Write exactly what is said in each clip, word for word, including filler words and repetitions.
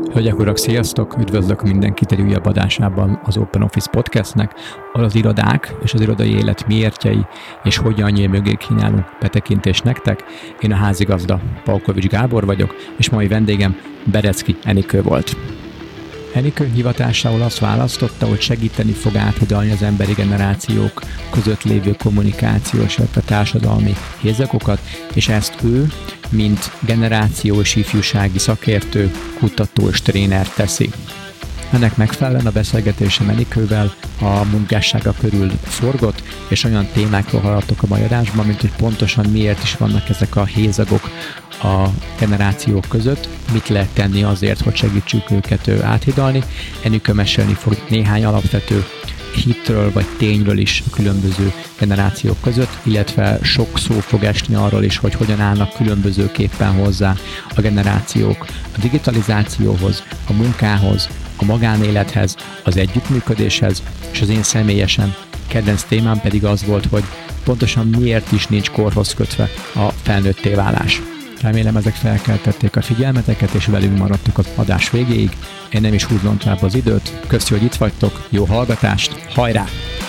Hölgyek, urak, sziasztok! Üdvözlök mindenkit egy újabb adásában az Open Office Podcastnek, ahol az irodák és az irodai élet miértjei és hogyan nyíl mögé kínálunk betekintést nektek. Én a házigazda Palkovics Gábor vagyok, és mai vendégem Berecki Enikő volt. Enikő hivatásául azt választotta, hogy segíteni fog áthidalni az emberi generációk között lévő kommunikációs, illetve társadalmi hézagokat, és ezt ő, mint generációs ifjúsági szakértő, kutató és tréner teszi. Ennek megfelelően a beszélgetésem Enikővel a munkássága körül forgott, és olyan témákról hallottok a mai adásban, mint hogy pontosan miért is vannak ezek a hézagok a generációk között, mit lehet tenni azért, hogy segítsük őket áthidalni. Enikő mesélni fog néhány alapvető hitről vagy tényről is a különböző generációk között, illetve sok szó fog esni arról is, hogy hogyan állnak különbözőképpen hozzá a generációk a digitalizációhoz, a munkához, a magánélethez, az együttműködéshez, és az én személyesen kedvenc témám pedig az volt, hogy pontosan miért is nincs korhoz kötve a felnőtté válás. Remélem ezek felkeltették a figyelmeteket, és velünk maradtok az adás végéig. Én nem is húzom tovább az időt. Köszi, hogy itt vagytok, jó hallgatást, hajrá!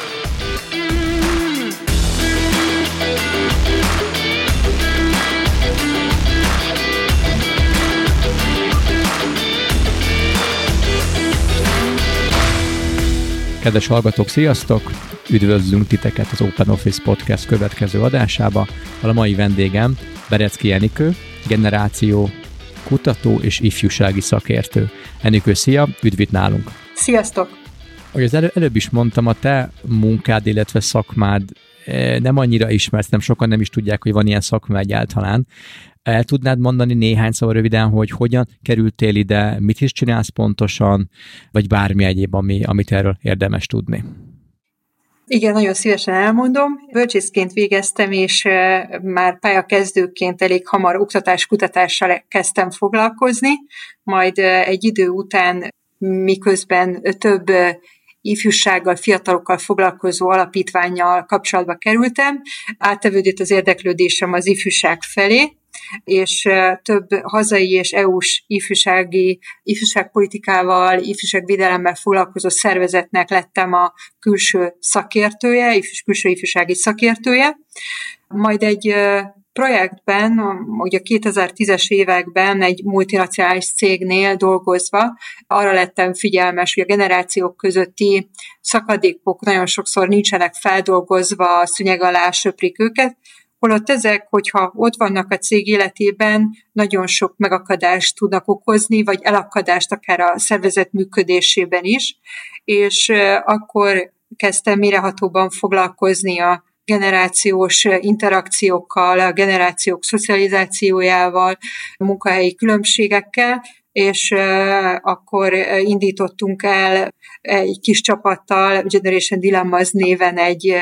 Kedves hallgatók, sziasztok! Üdvözlünk titeket az Open Office Podcast következő adásába. A mai vendégem Berecki Enikő, generáció kutató és ifjúsági szakértő. Enikő, szia! Üdv itt nálunk! Sziasztok! Ahogy az elő, előbb is mondtam, a te munkád, illetve szakmád nem annyira ismert, nem sokan nem is tudják, hogy van ilyen szakma egyáltalán. El tudnád mondani néhány szó röviden, hogy hogyan kerültél ide, mit is csinálsz pontosan, vagy bármi egyéb, ami, amit erről érdemes tudni? Igen, nagyon szívesen elmondom. Bölcsészként végeztem, és már pályakezdőként elég hamar oktatás-kutatással kezdtem foglalkozni, majd egy idő után, miközben több ifjúsággal, fiatalokkal foglalkozó alapítvánnyal kapcsolatba kerültem, áttevődött az érdeklődésem az ifjúság felé, és több hazai és é u-s ifjúsági, ifjúságpolitikával, ifjúságvédelemmel foglalkozó szervezetnek lettem a külső szakértője, ifjús, külső ifjúsági szakértője. Majd egy projektben, ugye a kétezer-tízes években egy multinacionális cégnél dolgozva arra lettem figyelmes, hogy a generációk közötti szakadékok nagyon sokszor nincsenek feldolgozva, szőnyeg alá söprik őket, holott ezek, hogyha ott vannak a cég életében, nagyon sok megakadást tudnak okozni, vagy elakadást akár a szervezet működésében is, és akkor kezdtem mélyrehatóban foglalkozni a generációs interakciókkal, a generációk szocializációjával, a munkahelyi különbségekkel, és akkor indítottunk el egy kis csapattal, Generation Dilemmas néven egy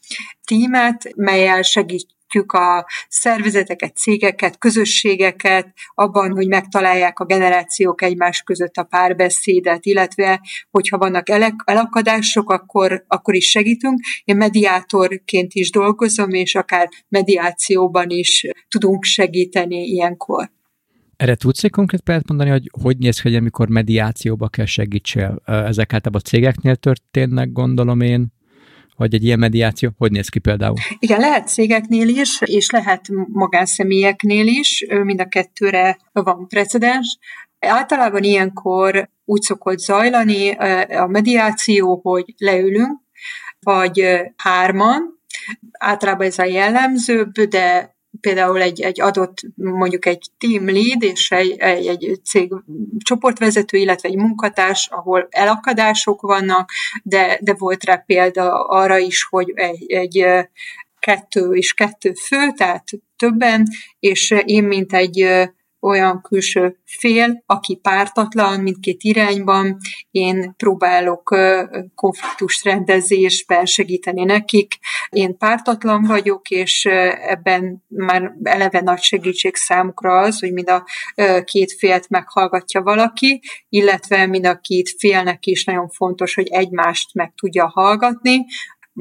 tímet, mellyel segít a szervezeteket, cégeket, közösségeket abban, hogy megtalálják a generációk egymás között a párbeszédet, illetve hogyha vannak elakadások, akkor, akkor is segítünk. Én mediátorként is dolgozom, és akár mediációban is tudunk segíteni ilyenkor. Erre tudsz egy konkrét példát mondani, hogy hogy néz ki, amikor mediációba kell segítsél? Ezek általában a cégeknél történnek, gondolom én. Vagy egy ilyen mediáció, hogy néz ki például? Igen, lehet cégeknél is, és lehet magánszemélyeknél is, mind a kettőre van precedens. Általában ilyenkor úgy szokott zajlani a mediáció, hogy leülünk, vagy hárman, általában ez a jellemzőbb, de például egy, egy adott, mondjuk egy team lead és egy, egy, egy cég csoportvezető, illetve egy munkatárs, ahol elakadások vannak, de, de volt rá példa arra is, hogy egy, egy kettő és kettő fő, tehát többen, és én, mint egy olyan külső fél, aki pártatlan mindkét irányban, én próbálok konfliktus rendezésben segíteni nekik. Én pártatlan vagyok, és ebben már eleve nagy segítség számukra az, hogy mind a két félt meghallgatja valaki, illetve mind a két félnek is nagyon fontos, hogy egymást meg tudja hallgatni,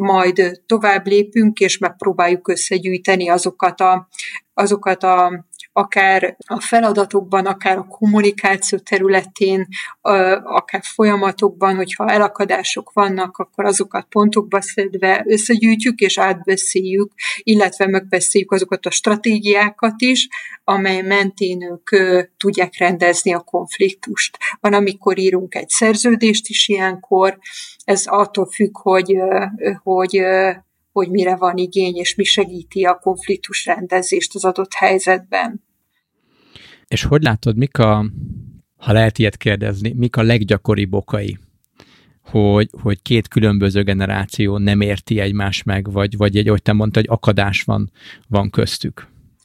majd tovább lépünk, és megpróbáljuk összegyűjteni azokat a, azokat a akár a feladatokban, akár a kommunikáció területén, akár folyamatokban, hogyha elakadások vannak, akkor azokat pontokba szedve összegyűjtjük és átbeszéljük, illetve megbeszéljük azokat a stratégiákat is, amely mentén ők tudják rendezni a konfliktust. Van, amikor írunk egy szerződést is ilyenkor, ez attól függ, hogy, hogy, hogy mire van igény, és mi segíti a konfliktus rendezést az adott helyzetben. És hogy látod, mik a, ha lehet ilyet kérdezni, mik a leggyakoribb okai, hogy, hogy két különböző generáció nem érti egymást meg, vagy, vagy egy, ahogy te mondtad, hogy akadás van, van köztük?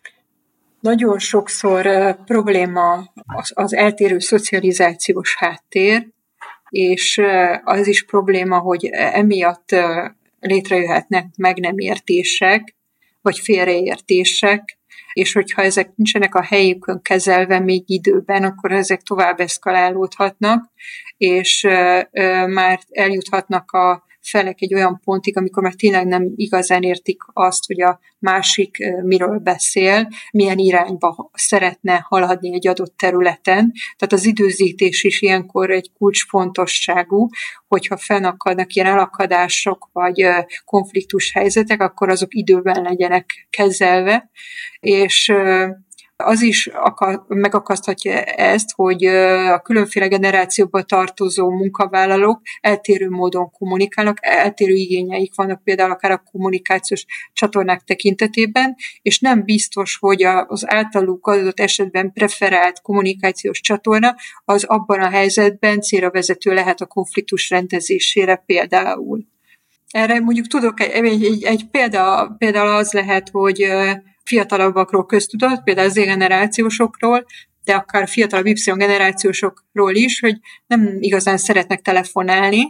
Nagyon sokszor uh, probléma az, az eltérő szocializációs háttér, és uh, az is probléma, hogy emiatt uh, létrejöhetnek meg nem értések, vagy félreértések, és hogyha ezek nincsenek a helyükön kezelve még időben, akkor ezek tovább eszkalálódhatnak, és uh, uh, már eljuthatnak a felek egy olyan pontig, amikor már tényleg nem igazán értik azt, hogy a másik miről beszél, milyen irányba szeretne haladni egy adott területen. Tehát az időzítés is ilyenkor egy kulcsfontosságú, hogyha fennakadnak ilyen elakadások vagy konfliktus helyzetek, akkor azok időben legyenek kezelve, és az is megakaszthatja ezt, hogy a különféle generációba tartozó munkavállalók eltérő módon kommunikálnak, eltérő igényeik vannak például akár a kommunikációs csatornák tekintetében, és nem biztos, hogy az általuk adott esetben preferált kommunikációs csatorna az abban a helyzetben célra vezető lehet a konfliktus rendezésére például. Erre mondjuk tudok egy, egy, egy példa, például az lehet, hogy fiatalabbakról köztudott, például az Z-generációsokról, de akár fiatalabb Y-generációsokról is, hogy nem igazán szeretnek telefonálni,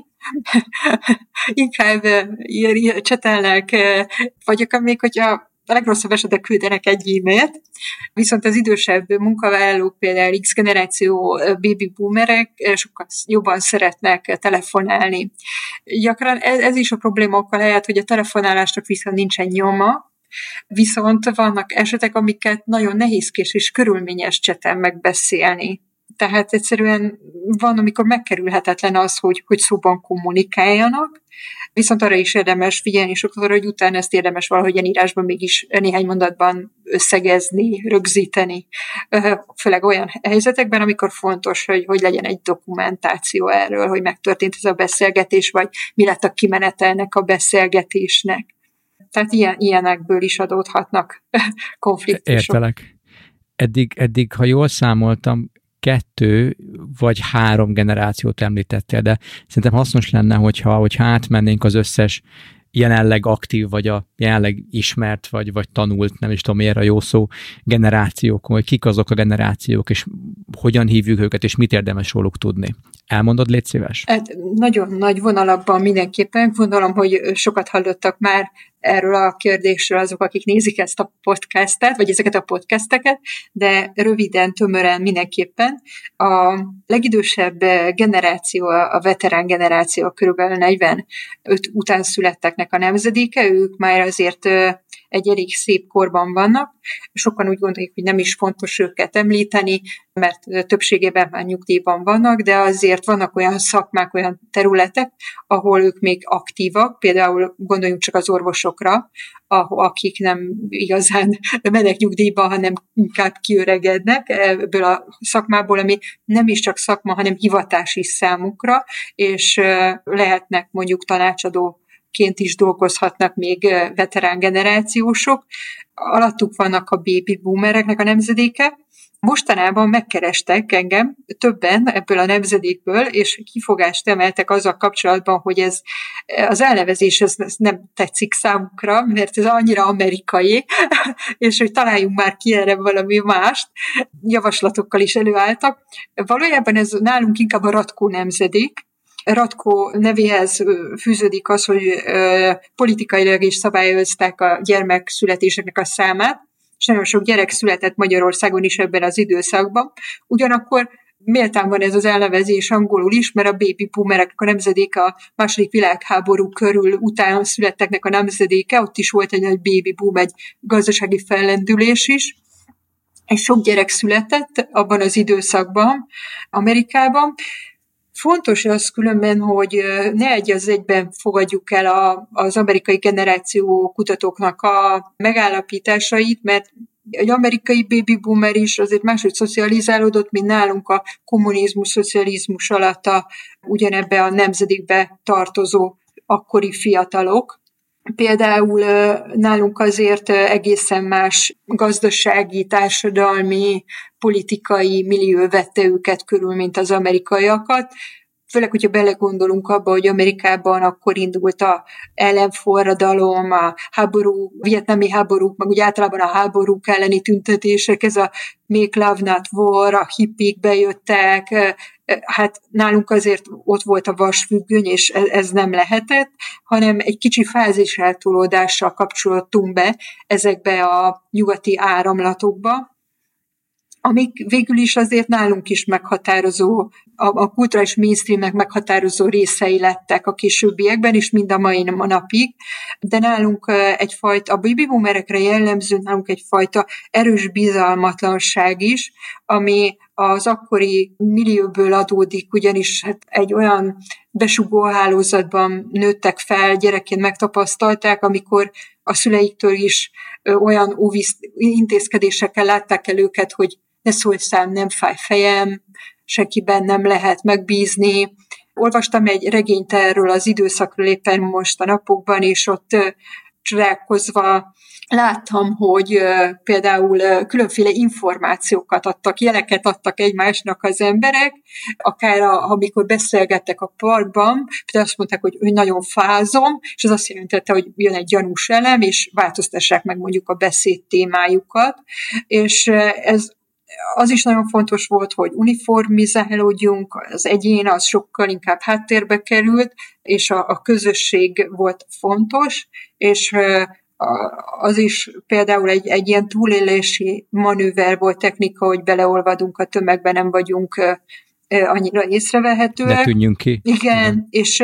inkább csetelnek, vagy akár még, hogyha a legrosszabb esetben küldenek egy e-mailt, viszont az idősebb munkavállalók, például X-generáció baby boomerek sokkal jobban szeretnek telefonálni. Gyakran ez, ez is a probléma okkal lehet, hogy a telefonálásnak viszont nincsen nyoma, viszont vannak esetek, amiket nagyon nehézkés és körülményes cseten megbeszélni. Tehát egyszerűen van, amikor megkerülhetetlen az, hogy, hogy szóban kommunikáljanak, viszont arra is érdemes figyelni sokszor, hogy utána ezt érdemes valahogy írásban mégis néhány mondatban összegezni, rögzíteni. Főleg olyan helyzetekben, amikor fontos, hogy, hogy legyen egy dokumentáció erről, hogy megtörtént ez a beszélgetés, vagy mi lett a kimenete ennek a beszélgetésnek. Tehát ilyen, ilyenekből is adódhatnak konfliktusok. Értelek. Eddig, eddig, ha jól számoltam, kettő vagy három generációt említettél, de szerintem hasznos lenne, hogyha, hogyha átmennénk az összes jelenleg aktív, vagy a jelenleg ismert, vagy, vagy tanult, nem is tudom, miért a jó szó, generációkon, hogy kik azok a generációk, és hogyan hívjuk őket, és mit érdemes róluk tudni. Elmondod, légy szíves? Hát nagyon nagy vonalakban mindenképpen. Gondolom, hogy sokat hallottak már erről a kérdésről azok, akik nézik ezt a podcastet, vagy ezeket a podcasteket, de röviden, tömören mindenképpen. A legidősebb generáció, a veterán generáció, körülbelül negyvenöt után születteknek a nemzedéke, ők már azért egy elég szép korban vannak. Sokan úgy gondolják, hogy nem is fontos őket említeni, mert többségében már nyugdíjban vannak, de azért vannak olyan szakmák, olyan területek, ahol ők még aktívak, például gondoljunk csak az orvosokra, akik nem igazán mennek nyugdíjba, hanem inkább kiöregednek ebből a szakmából, ami nem is csak szakma, hanem hivatás is számukra, és lehetnek mondjuk tanácsadó ként is dolgozhatnak még veterán generációsok. Alattuk vannak a baby boomereknek a nemzedéke. Mostanában megkerestek engem többen ebből a nemzedékből, és kifogást emeltek azzal kapcsolatban, hogy ez az elnevezés ez nem tetszik számukra, mert ez annyira amerikai, és hogy találjunk már ki erre valami mást. Javaslatokkal is előálltak. Valójában ez nálunk inkább a Ratkó nemzedék. Ratkó nevéhez fűződik az, hogy politikailag is szabályozták a gyermekszületéseknek a számát, és nagyon sok gyerek született Magyarországon is ebben az időszakban. Ugyanakkor méltán van ez az elnevezés angolul is, mert a baby boomereknek a nemzedéke a második világháború körül után születteknek a nemzedéke, ott is volt egy nagy baby boom, egy gazdasági fellendülés is, és sok gyerek született abban az időszakban Amerikában. Fontos az különben, hogy ne egy az egyben fogadjuk el a, az amerikai generáció kutatóknak a megállapításait, mert egy amerikai baby boomer is azért máshogy szocializálódott, mint nálunk a kommunizmus, szocializmus alatt a, ugyanebbe a nemzedékbe tartozó akkori fiatalok. Például nálunk azért egészen más gazdasági, társadalmi, politikai millió vette őket körül, mint az amerikaiakat. Főleg, hogyha belegondolunk abba, hogy Amerikában akkor indult a ellenforradalom, a háború, a vietnámi háborúk, meg úgy általában a háborúk elleni tüntetések, ez a Make Love Not War, a hippik bejöttek, hát nálunk azért ott volt a vasfüggöny, és ez nem lehetett, hanem egy kicsi fáziseltolódással kapcsolódtunk be ezekbe a nyugati áramlatokba, amik végül is azért nálunk is meghatározó, a, a kulturális mainstreamnek meghatározó részei lettek a későbbiekben, és mind a mai napig, de nálunk egyfajta, a baby boomerekre jellemző nálunk egyfajta erős bizalmatlanság is, ami az akkori millióból adódik, ugyanis hát egy olyan besugó hálózatban nőttek fel, gyerekként megtapasztalták, amikor a szüleiktől is olyan óvisz intézkedésekkel látták el őket, hogy ne szólj szám, nem fáj fejem, senkiben nem lehet megbízni. Olvastam egy regényt erről az időszakról éppen most a napokban, és ott csodálkozva láttam, hogy például különféle információkat adtak, jeleket adtak egymásnak az emberek, akár a, amikor beszélgettek a parkban, például azt mondták, hogy, hogy nagyon fázom, és az azt jelentette, hogy jön egy gyanús elem, és változtassák meg mondjuk a beszéd témájukat, és ez az is nagyon fontos volt, hogy uniformizálódjunk, az egyén az sokkal inkább háttérbe került, és a, a közösség volt fontos, és az is például egy, egy ilyen túlélési manőver volt, technika, hogy beleolvadunk a tömegbe, nem vagyunk annyira észrevehetőek. Ne tűnjünk ki. Igen, Igen. és...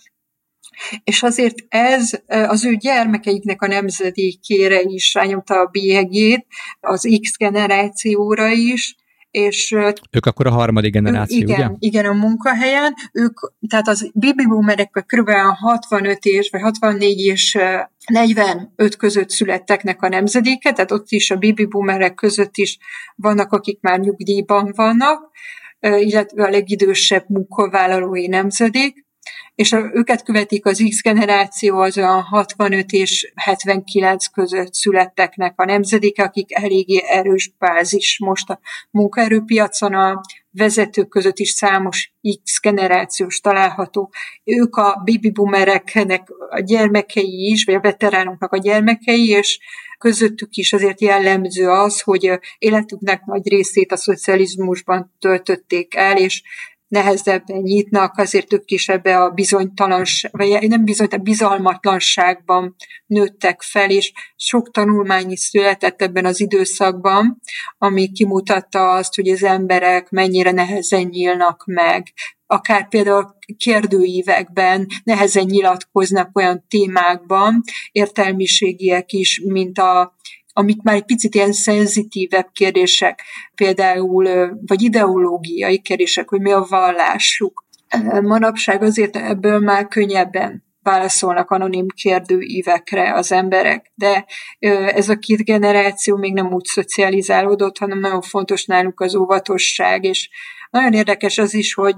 És azért ez az ő gyermekeiknek a nemzedékére is rányomta a bélyegét, az X generációra is, és ők akkor a harmadik generáció, igen, ugye? Igen, a munkahelyen. Ők, tehát az baby boomerekben kb. hatvanöt és, vagy hatvannégy és negyvenöt között születteknek a nemzedéke, tehát ott is a baby boomerek között is vannak, akik már nyugdíjban vannak, illetve a legidősebb munkavállalói nemzedék, és a, őket követik az X generáció, az a hatvanöt és hetvenkilenc között születteknek a nemzedéke, akik eléggé erős bázis most a munkaerőpiacon, a vezetők között is számos X generációs található. Ők a baby boomereknek a gyermekei is, vagy a veteránoknak a gyermekei, és közöttük is azért jellemző az, hogy életüknek nagy részét a szocializmusban töltötték el, és nehezebben nyitnak, azért ők is ebbe a bizonytalanság, vagy nem bizonytalan, bizalmatlanságban nőttek fel, és sok tanulmány is született ebben az időszakban, ami kimutatta azt, hogy az emberek mennyire nehezen nyílnak meg. Akár például kérdőívekben nehezen nyilatkoznak olyan témákban, értelmiségiek is, mint a amik már egy picit ilyen szenzitívebb kérdések, például, vagy ideológiai kérdések, hogy mi a vallásuk. Manapság azért ebből már könnyebben válaszolnak anonim kérdőívekre az emberek, de ez a két generáció még nem úgy szocializálódott, hanem nagyon fontos náluk az óvatosság, és nagyon érdekes az is, hogy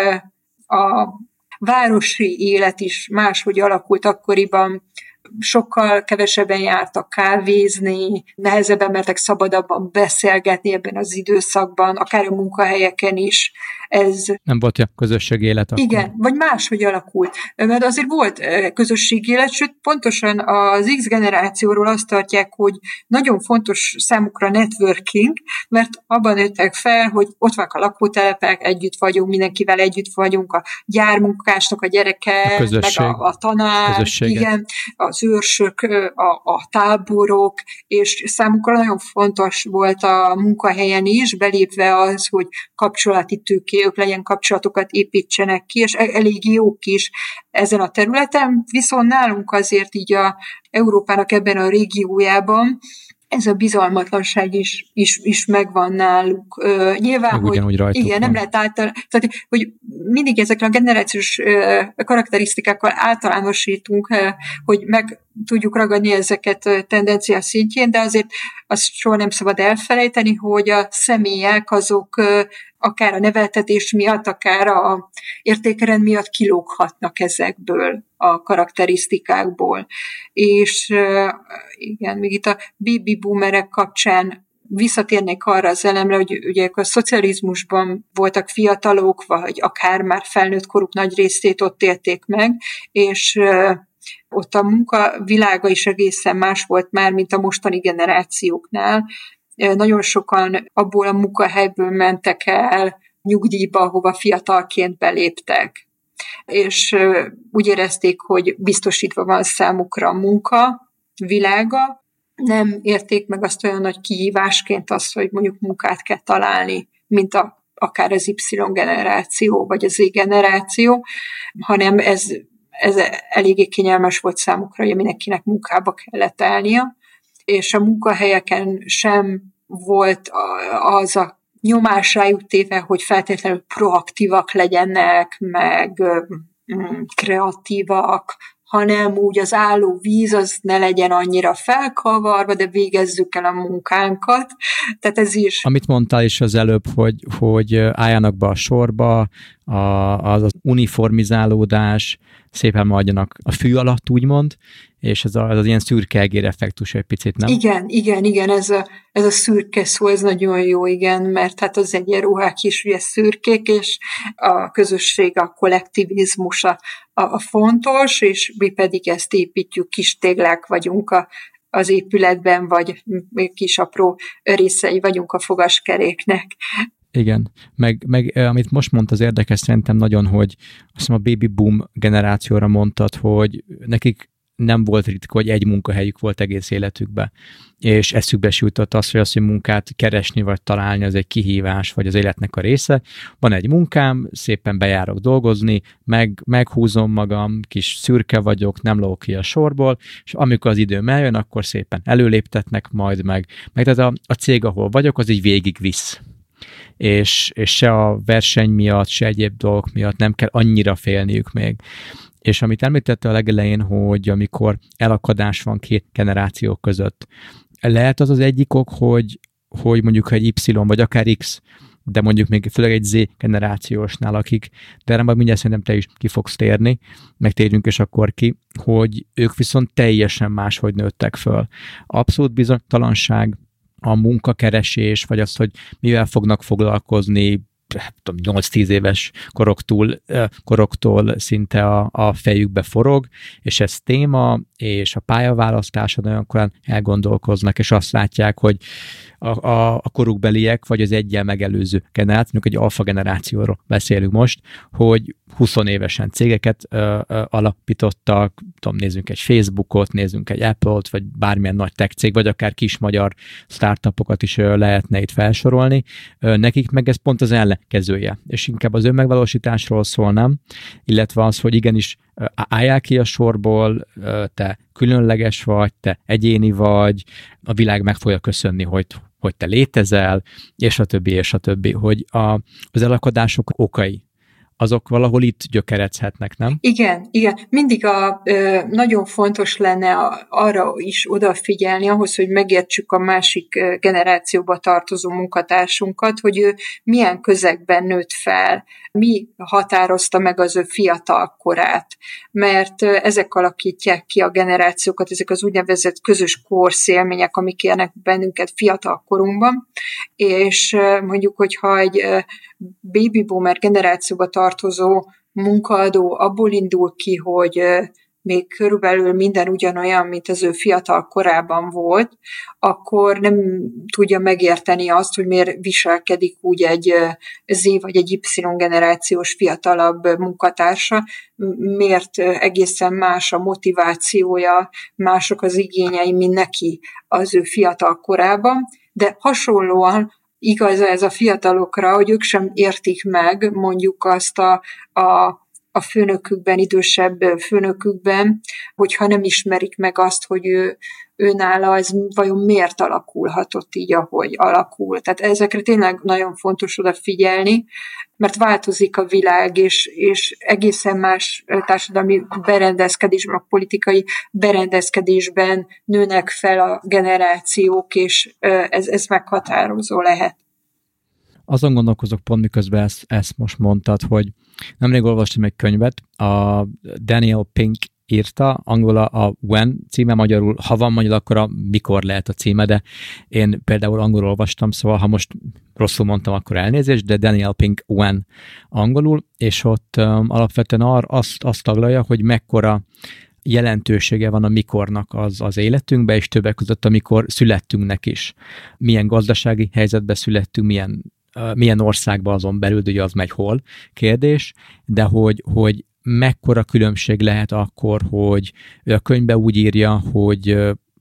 a városi élet is máshogy alakult akkoriban, sokkal kevesebben jártak kávézni, nehezebben mertek szabadabban beszélgetni ebben az időszakban, akár a munkahelyeken is. Ez... Nem volt a közösségi élet akkor. Igen, vagy máshogy alakult. Mert azért volt közösségi élet, sőt pontosan az X generációról azt tartják, hogy nagyon fontos számukra networking, mert abban nőttek fel, hogy ott vannak a lakótelepek, együtt vagyunk, mindenkivel együtt vagyunk, a gyármunkásnak a gyereke, a meg a, a tanár, igen, az őrsök, a, a táborok, és számukra nagyon fontos volt a munkahelyen is, belépve az, hogy kapcsolati tőkéjük legyen, kapcsolatokat építsenek ki, és elég jók is ezen a területen, viszont nálunk azért így a Európának ebben a régiójában ez a bizalmatlanság is, is, is megvan náluk. Uh, nyilván, meg hogy igen, van. Nem lehet által, tehát, hogy mindig ezekre a generációs uh, karakterisztikákkal általánosítunk, uh, hogy meg tudjuk ragadni ezeket uh, tendencia szintjén, de azért azt soha nem szabad elfelejteni, hogy a személyek azok uh, akár a neveltetés miatt, akár a értékrend miatt kilóghatnak ezekből a karakterisztikákból. És igen, még itt a baby boomerek kapcsán visszatérnék arra az elemre, hogy ugye a szocializmusban voltak fiatalok, vagy akár már felnőtt koruk nagy részét ott élték meg, és ott a munkavilága is egészen más volt már, mint a mostani generációknál. Nagyon sokan abból a munkahelyből mentek el nyugdíjba, ahova fiatalként beléptek. És úgy érezték, hogy biztosítva van számukra a munka világa, nem érték meg azt olyan nagy kihívásként azt, hogy mondjuk munkát kell találni, mint a, akár az Y generáció, vagy az Z generáció, hanem ez, ez eléggé kényelmes volt számukra, hogy mindenkinek munkába kellett állnia, és a munkahelyeken sem volt az a nyomás rájuk téve, hogy feltétlenül proaktívak legyenek, meg mm, kreatívak, hanem úgy az álló víz az ne legyen annyira felkavarva, de végezzük el a munkánkat. Tehát ez is... Amit mondtál is az előbb, hogy, hogy álljanak be a sorba, a, az, az uniformizálódás, szépen maradjanak a fű alatt, úgymond, és ez, a, ez az ilyen szürke egér effektus egy picit, nem? Igen, igen, igen, ez a, ez a szürke szó, ez nagyon jó, igen, mert hát az egyenruhák is ugye szürkék, és a közösség, a kollektivizmus a, a, a fontos, és mi pedig ezt építjük, kis téglák vagyunk a, az épületben, vagy kis apró részei vagyunk a fogaskeréknek. Igen, meg, meg amit most mondta, az érdekes szerintem nagyon, hogy azt hiszem a baby boom generációra mondtad, hogy nekik nem volt ritka, hogy egy munkahelyük volt egész életükben, és eszükbe se jutott az, hogy azt, hogy munkát keresni vagy találni, az egy kihívás, vagy az életnek a része. Van egy munkám, szépen bejárok dolgozni, meg, meghúzom magam, kis szürke vagyok, nem lók ki a sorból, és amikor az időm eljön, akkor szépen előléptetnek majd meg. Meg tehát a, a cég, ahol vagyok, az így végig visz. És, és se a verseny miatt, se egyéb dolgok miatt nem kell annyira félniük még. És amit említette a legelején, hogy amikor elakadás van két generáció között, lehet az az egyik ok, hogy, hogy mondjuk egy Y vagy akár X, de mondjuk még főleg egy Z generációsnál, akik, de erre majd mindjárt szerintem te is ki fogsz térni, meg térjünk és akkor ki, hogy ők viszont teljesen máshogy nőttek föl. Abszolút bizonytalanság, a munkakeresés, vagy az, hogy mivel fognak foglalkozni, nyolc-tíz éves koroktól, koroktól szinte a, a fejükbe forog, és ez téma, és a pályaválasztáson olyan korán elgondolkoznak, és azt látják, hogy a, a, a korukbeliek, vagy az egyen megelőző generációk, egy alfa generációról beszélünk most, hogy húsz évesen cégeket ö, ö, alapítottak, tudom, nézzünk egy Facebookot, nézzünk egy Apple-t, vagy bármilyen nagy tech cég, vagy akár kis magyar startupokat is ö, lehetne itt felsorolni. Ö, nekik meg ez pont az ellenkezője, és inkább az önmegvalósításról szól, nem? Illetve az, hogy igenis ö, álljál ki a sorból, ö, te különleges vagy, te egyéni vagy, a világ meg fogja köszönni, hogy hogy te létezel, és a többi, és a többi, hogy a, az elakadások okai, azok valahol itt gyökeredzhetnek, nem? Igen, igen. Mindig a, ö, nagyon fontos lenne a, arra is odafigyelni, ahhoz, hogy megértsük a másik generációba tartozó munkatársunkat, hogy ő milyen közegben nőtt fel, mi határozta meg az ő fiatal korát, mert ezek alakítják ki a generációkat, ezek az úgynevezett közös korszélmények, amik élnek bennünket fiatal korunkban, és mondjuk, hogyha egy baby boomer generációba tartozó munkaadó abból indul ki, hogy még körülbelül minden ugyanolyan, mint az ő fiatal korában volt, akkor nem tudja megérteni azt, hogy miért viselkedik úgy egy Z vagy egy Y generációs fiatalabb munkatársa, miért egészen más a motivációja, mások az igényei, mint neki az ő fiatal korában, de hasonlóan igaz ez a fiatalokra, hogy ők sem értik meg mondjuk azt a, a a főnökükben, idősebb főnökükben, hogyha nem ismerik meg azt, hogy ő, ő nála ez vajon miért alakulhatott így, ahogy alakul. Tehát ezekre tényleg nagyon fontos odafigyelni, mert változik a világ, és, és egészen más társadalmi berendezkedésben, a politikai berendezkedésben nőnek fel a generációk, és ez, ez meghatározó lehet. Azon gondolkozok pont, miközben ezt, ezt most mondtad, hogy nemrég olvastam egy könyvet, a Daniel Pink írta, angol a When címe, magyarul, ha van magyar, akkor a mikor lehet a címe, de én például angolul olvastam, szóval ha most rosszul mondtam, akkor elnézést, de Daniel Pink When angolul, és ott um, alapvetően ar, azt, azt taglalja, hogy mekkora jelentősége van a mikornak az, az életünkben, és többek között, amikor születtünknek is. Milyen gazdasági helyzetben születtünk, milyen, uh, milyen országban azon belül, ugye az megy hol kérdés, de hogy, hogy mekkora különbség lehet akkor, hogy a könyvben úgy írja, hogy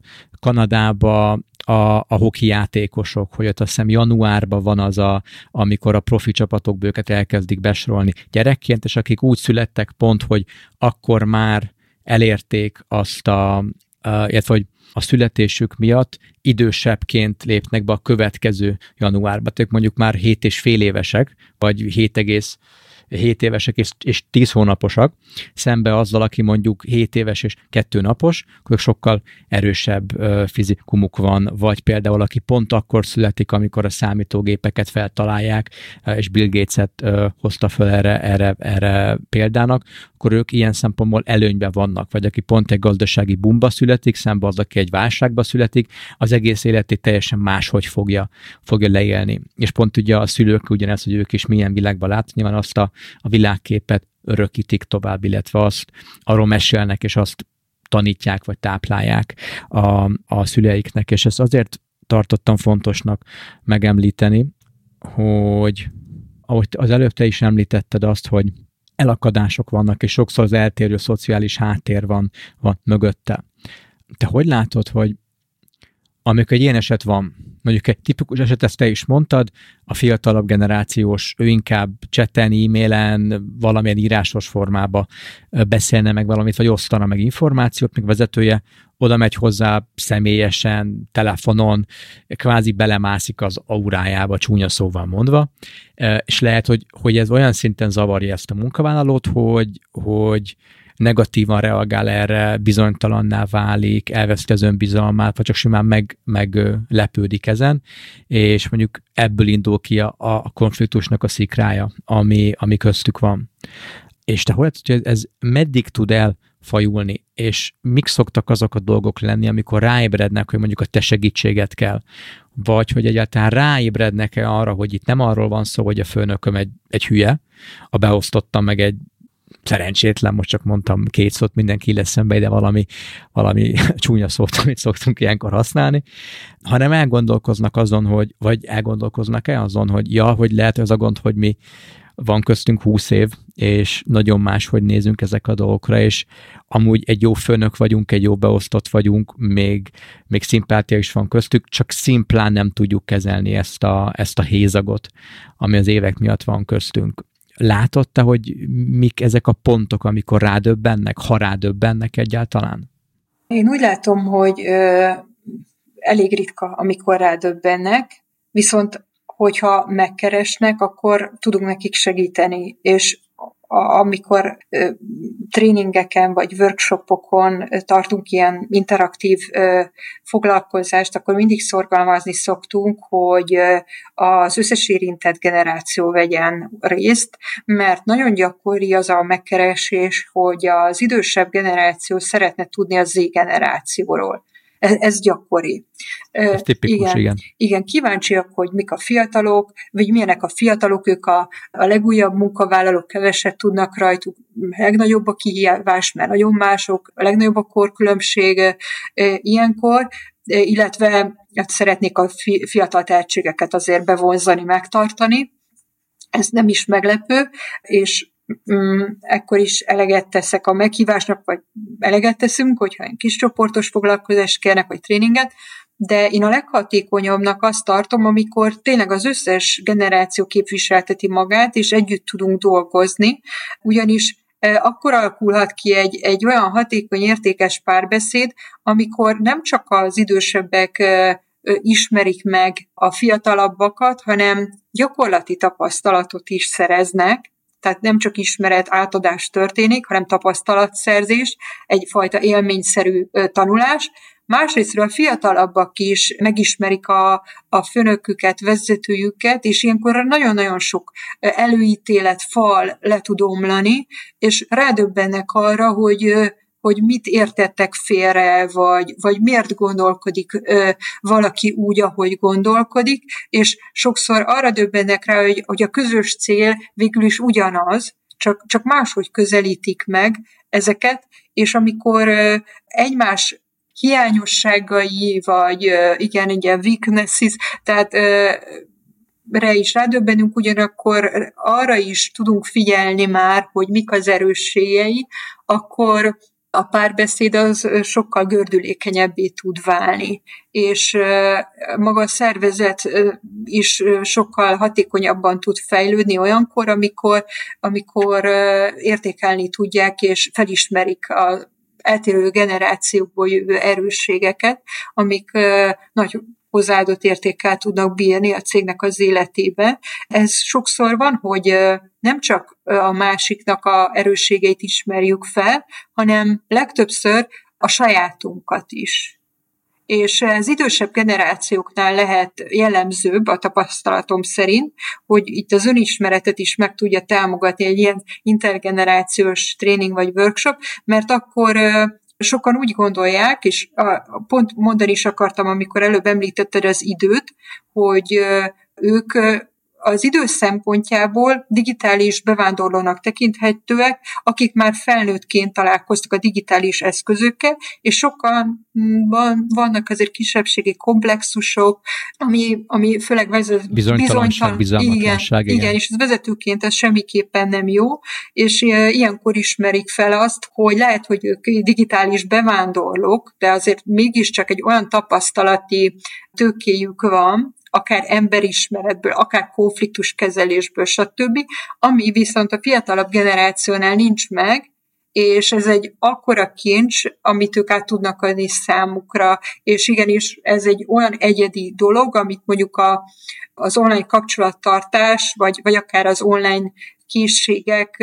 Kanadában a, a hoki játékosok, hogy ott azt hiszem januárban van az, a, amikor a profi csapatok őket elkezdik besorolni gyerekként, és akik úgy születtek pont, hogy akkor már elérték azt a, illetve hogy a születésük miatt idősebbként lépnek be a következő januárba. Tehát mondjuk már hét és fél évesek, vagy hét egész hét évesek és, és tíz hónaposak, szembe azzal, aki mondjuk hét éves és kettő napos, akkor sokkal erősebb uh, fizikumuk van, vagy például aki pont akkor születik, amikor a számítógépeket feltalálják, uh, és Bill Gates-et uh, hozta fel erre, erre, erre példának, akkor ők ilyen szempontból előnyben vannak, vagy aki pont egy gazdasági bumba születik, szembe az, aki egy válságba születik, az egész életét teljesen máshogy fogja, fogja leélni. És pont ugye a szülők ugyanez, hogy ők is milyen világban látni, nyilván azt a, a világképet örökítik tovább, illetve azt arról mesélnek, és azt tanítják, vagy táplálják a, a szüleiknek, és ezt azért tartottam fontosnak megemlíteni, hogy ahogy az előbb te is említetted azt, hogy elakadások vannak, és sokszor az eltérő szociális háttér van, van mögötte. Te hogy látod, hogy amikor egy ilyen eset van, mondjuk egy tipikus eset, ezt te is mondtad, a fiatalabb generációs, ő inkább chatten, e-mailen, valamilyen írásos formába beszélne meg valamit, vagy osztana meg információt, még vezetője oda megy hozzá személyesen, telefonon, kvázi belemászik az aurájába, csúnya szóval mondva, és lehet, hogy, hogy ez olyan szinten zavarja ezt a munkavállalót, hogy, hogy negatívan reagál erre, bizonytalanná válik, elveszti az önbizalmát, vagy csak simán meg, meglepődik ezen, és mondjuk ebből indul ki a, a konfliktusnak a szikrája, ami, ami köztük van. És te hogy ez, ez meddig tud elfajulni, és mik szoktak azok a dolgok lenni, amikor ráébrednek, hogy mondjuk a te segítséget kell, vagy hogy egyáltalán ráébrednek-e arra, hogy itt nem arról van szó, hogy a főnököm egy, egy hülye, a beosztottam meg egy szerencsétlen, most csak mondtam két szót, mindenki lesz szembe, de valami, valami csúnya szót, amit szoktunk ilyenkor használni, hanem elgondolkoznak azon, hogy, vagy elgondolkoznak-e azon, hogy ja, hogy lehet ez a gond, hogy mi van köztünk húsz év, és nagyon máshogy nézünk ezek a dolgokra, és amúgy egy jó főnök vagyunk, egy jó beosztott vagyunk, még, még szimpátia is van köztük, csak szimplán nem tudjuk kezelni ezt a, ezt a hézagot, ami az évek miatt van köztünk. Látod te, hogy mik ezek a pontok, amikor rádöbbennek, ha rádöbbennek egyáltalán? Én úgy látom, hogy ö, elég ritka, amikor rádöbbennek, viszont hogyha megkeresnek, akkor tudunk nekik segíteni, és a, amikor ö, tréningeken vagy workshopokon ö, tartunk ilyen interaktív ö, foglalkozást, akkor mindig szorgalmazni szoktunk, hogy ö, az összes érintett generáció vegyen részt, mert nagyon gyakori az a megkeresés, hogy az idősebb generáció szeretne tudni a Z generációról. Ez, ez gyakori. Ez tipikus, igen, igen. Igen, kíváncsiak, hogy mik a fiatalok, vagy milyenek a fiatalok, ők a, a legújabb munkavállalók keveset tudnak rajtuk, legnagyobb a kihívás, mert nagyon mások, a legnagyobb a korkülönbség e, ilyenkor, e, illetve hát szeretnék a fi, fiatal tehetségeket azért bevonzani, megtartani. Ez nem is meglepő, és Mm, ekkor is eleget teszek a meghívásnak, vagy eleget teszünk, hogyha egy kis csoportos foglalkozást kérnek, vagy tréninget, de én a leghatékonyabbnak azt tartom, amikor tényleg az összes generáció képviselteti magát, és együtt tudunk dolgozni, ugyanis akkor alakulhat ki egy, egy olyan hatékony, értékes párbeszéd, amikor nem csak az idősebbek ismerik meg a fiatalabbakat, hanem gyakorlati tapasztalatot is szereznek, tehát nem csak ismeret átadás történik, hanem tapasztalatszerzés, egyfajta élményszerű tanulás. Másrésztről a fiatalabbak is megismerik a, a főnöküket, vezetőjüket, és ilyenkor nagyon-nagyon sok előítélet, fal le tud omlani, és rádöbbennek arra, hogy hogy mit értettek félre, vagy, vagy miért gondolkodik ö, valaki úgy, ahogy gondolkodik, és sokszor arra döbbennek rá, hogy, hogy a közös cél végül is ugyanaz, csak, csak máshogy közelítik meg ezeket, és amikor ö, egymás hiányosságai, vagy ö, igen, igen, weaknesses, tehát ö, re is rádöbbenünk, ugyanakkor arra is tudunk figyelni már, hogy mik az erősségei, akkor a párbeszéd az sokkal gördülékenyebbé tud válni, és maga a szervezet is sokkal hatékonyabban tud fejlődni olyankor, amikor, amikor értékelni tudják és felismerik a eltérő generációkból jövő erősségeket, amik nagy hozzáadott értékkel tudnak bírni a cégnek az életébe. Ez sokszor van, hogy nem csak a másiknak a erősségeit ismerjük fel, hanem legtöbbször a sajátunkat is. És az idősebb generációknál lehet jellemzőbb a tapasztalatom szerint, hogy itt az önismeretet is meg tudja támogatni egy ilyen intergenerációs tréning vagy workshop, mert akkor sokan úgy gondolják, és pont mondani is akartam, amikor előbb említetted az időt, hogy ők az idő szempontjából digitális bevándorlónak tekinthetőek, akik már felnőttként találkoztak a digitális eszközökkel, és sokan vannak azért kisebbségi komplexusok, ami, ami főleg vezet, bizonytalanság, bizalmatlanság. Igen, igen, és ez vezetőként ez semmiképpen nem jó, és ilyenkor ismerik fel azt, hogy lehet, hogy ők digitális bevándorlók, de azért mégiscsak egy olyan tapasztalati tőkéjük van, akár emberismeretből, akár konfliktuskezelésből, stb., ami viszont a fiatalabb generációnál nincs meg, és ez egy akkora kincs, amit ők át tudnak adni számukra, és igenis ez egy olyan egyedi dolog, amit mondjuk a, az online kapcsolattartás, vagy, vagy akár az online készségek,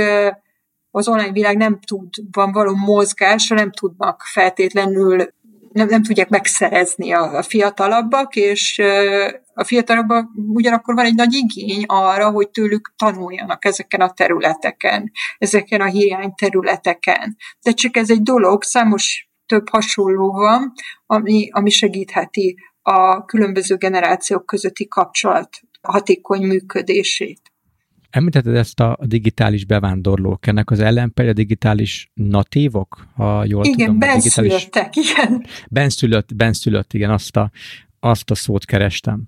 az online világ nem tud, van való mozgásra, nem tudnak feltétlenül Nem, nem tudják megszerezni a, a fiatalabbak, és a fiatalabbak ugyanakkor van egy nagy igény arra, hogy tőlük tanuljanak ezeken a területeken, ezeken a hiány területeken. De csak ez egy dolog, számos több hasonló van, ami, ami segítheti a különböző generációk közötti kapcsolat hatékony működését. Említetted ezt a digitális bevándorlók, ennek az ellenpéldája a digitális natívok, ha jól igen, tudom. benszülöttek, digitális... igen. Benszülött, benszülött, igen, azt a, azt a szót kerestem.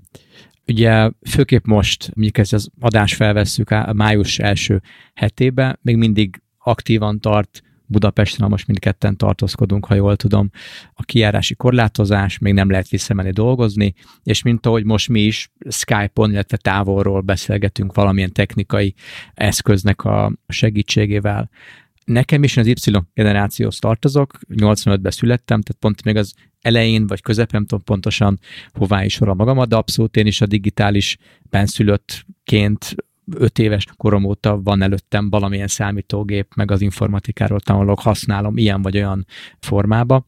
Ugye főképp most, mondjuk ezt az adást felvesszük a május első hetében, még mindig aktívan tart Budapesten, most mindketten tartózkodunk, ha jól tudom, a kijárási korlátozás, még nem lehet visszamenni dolgozni, és mint ahogy most mi is Skype-on, illetve távolról beszélgetünk valamilyen technikai eszköznek a segítségével. Nekem is az Y generációhoz tartozok, nyolcvanötben születtem, tehát pont még az elején vagy közepén tudom pontosan hová is sorol magamat, de abszolút én is a digitális benszülöttként öt éves korom óta van előttem valamilyen számítógép, meg az informatikáról tanulok, használom ilyen vagy olyan formába,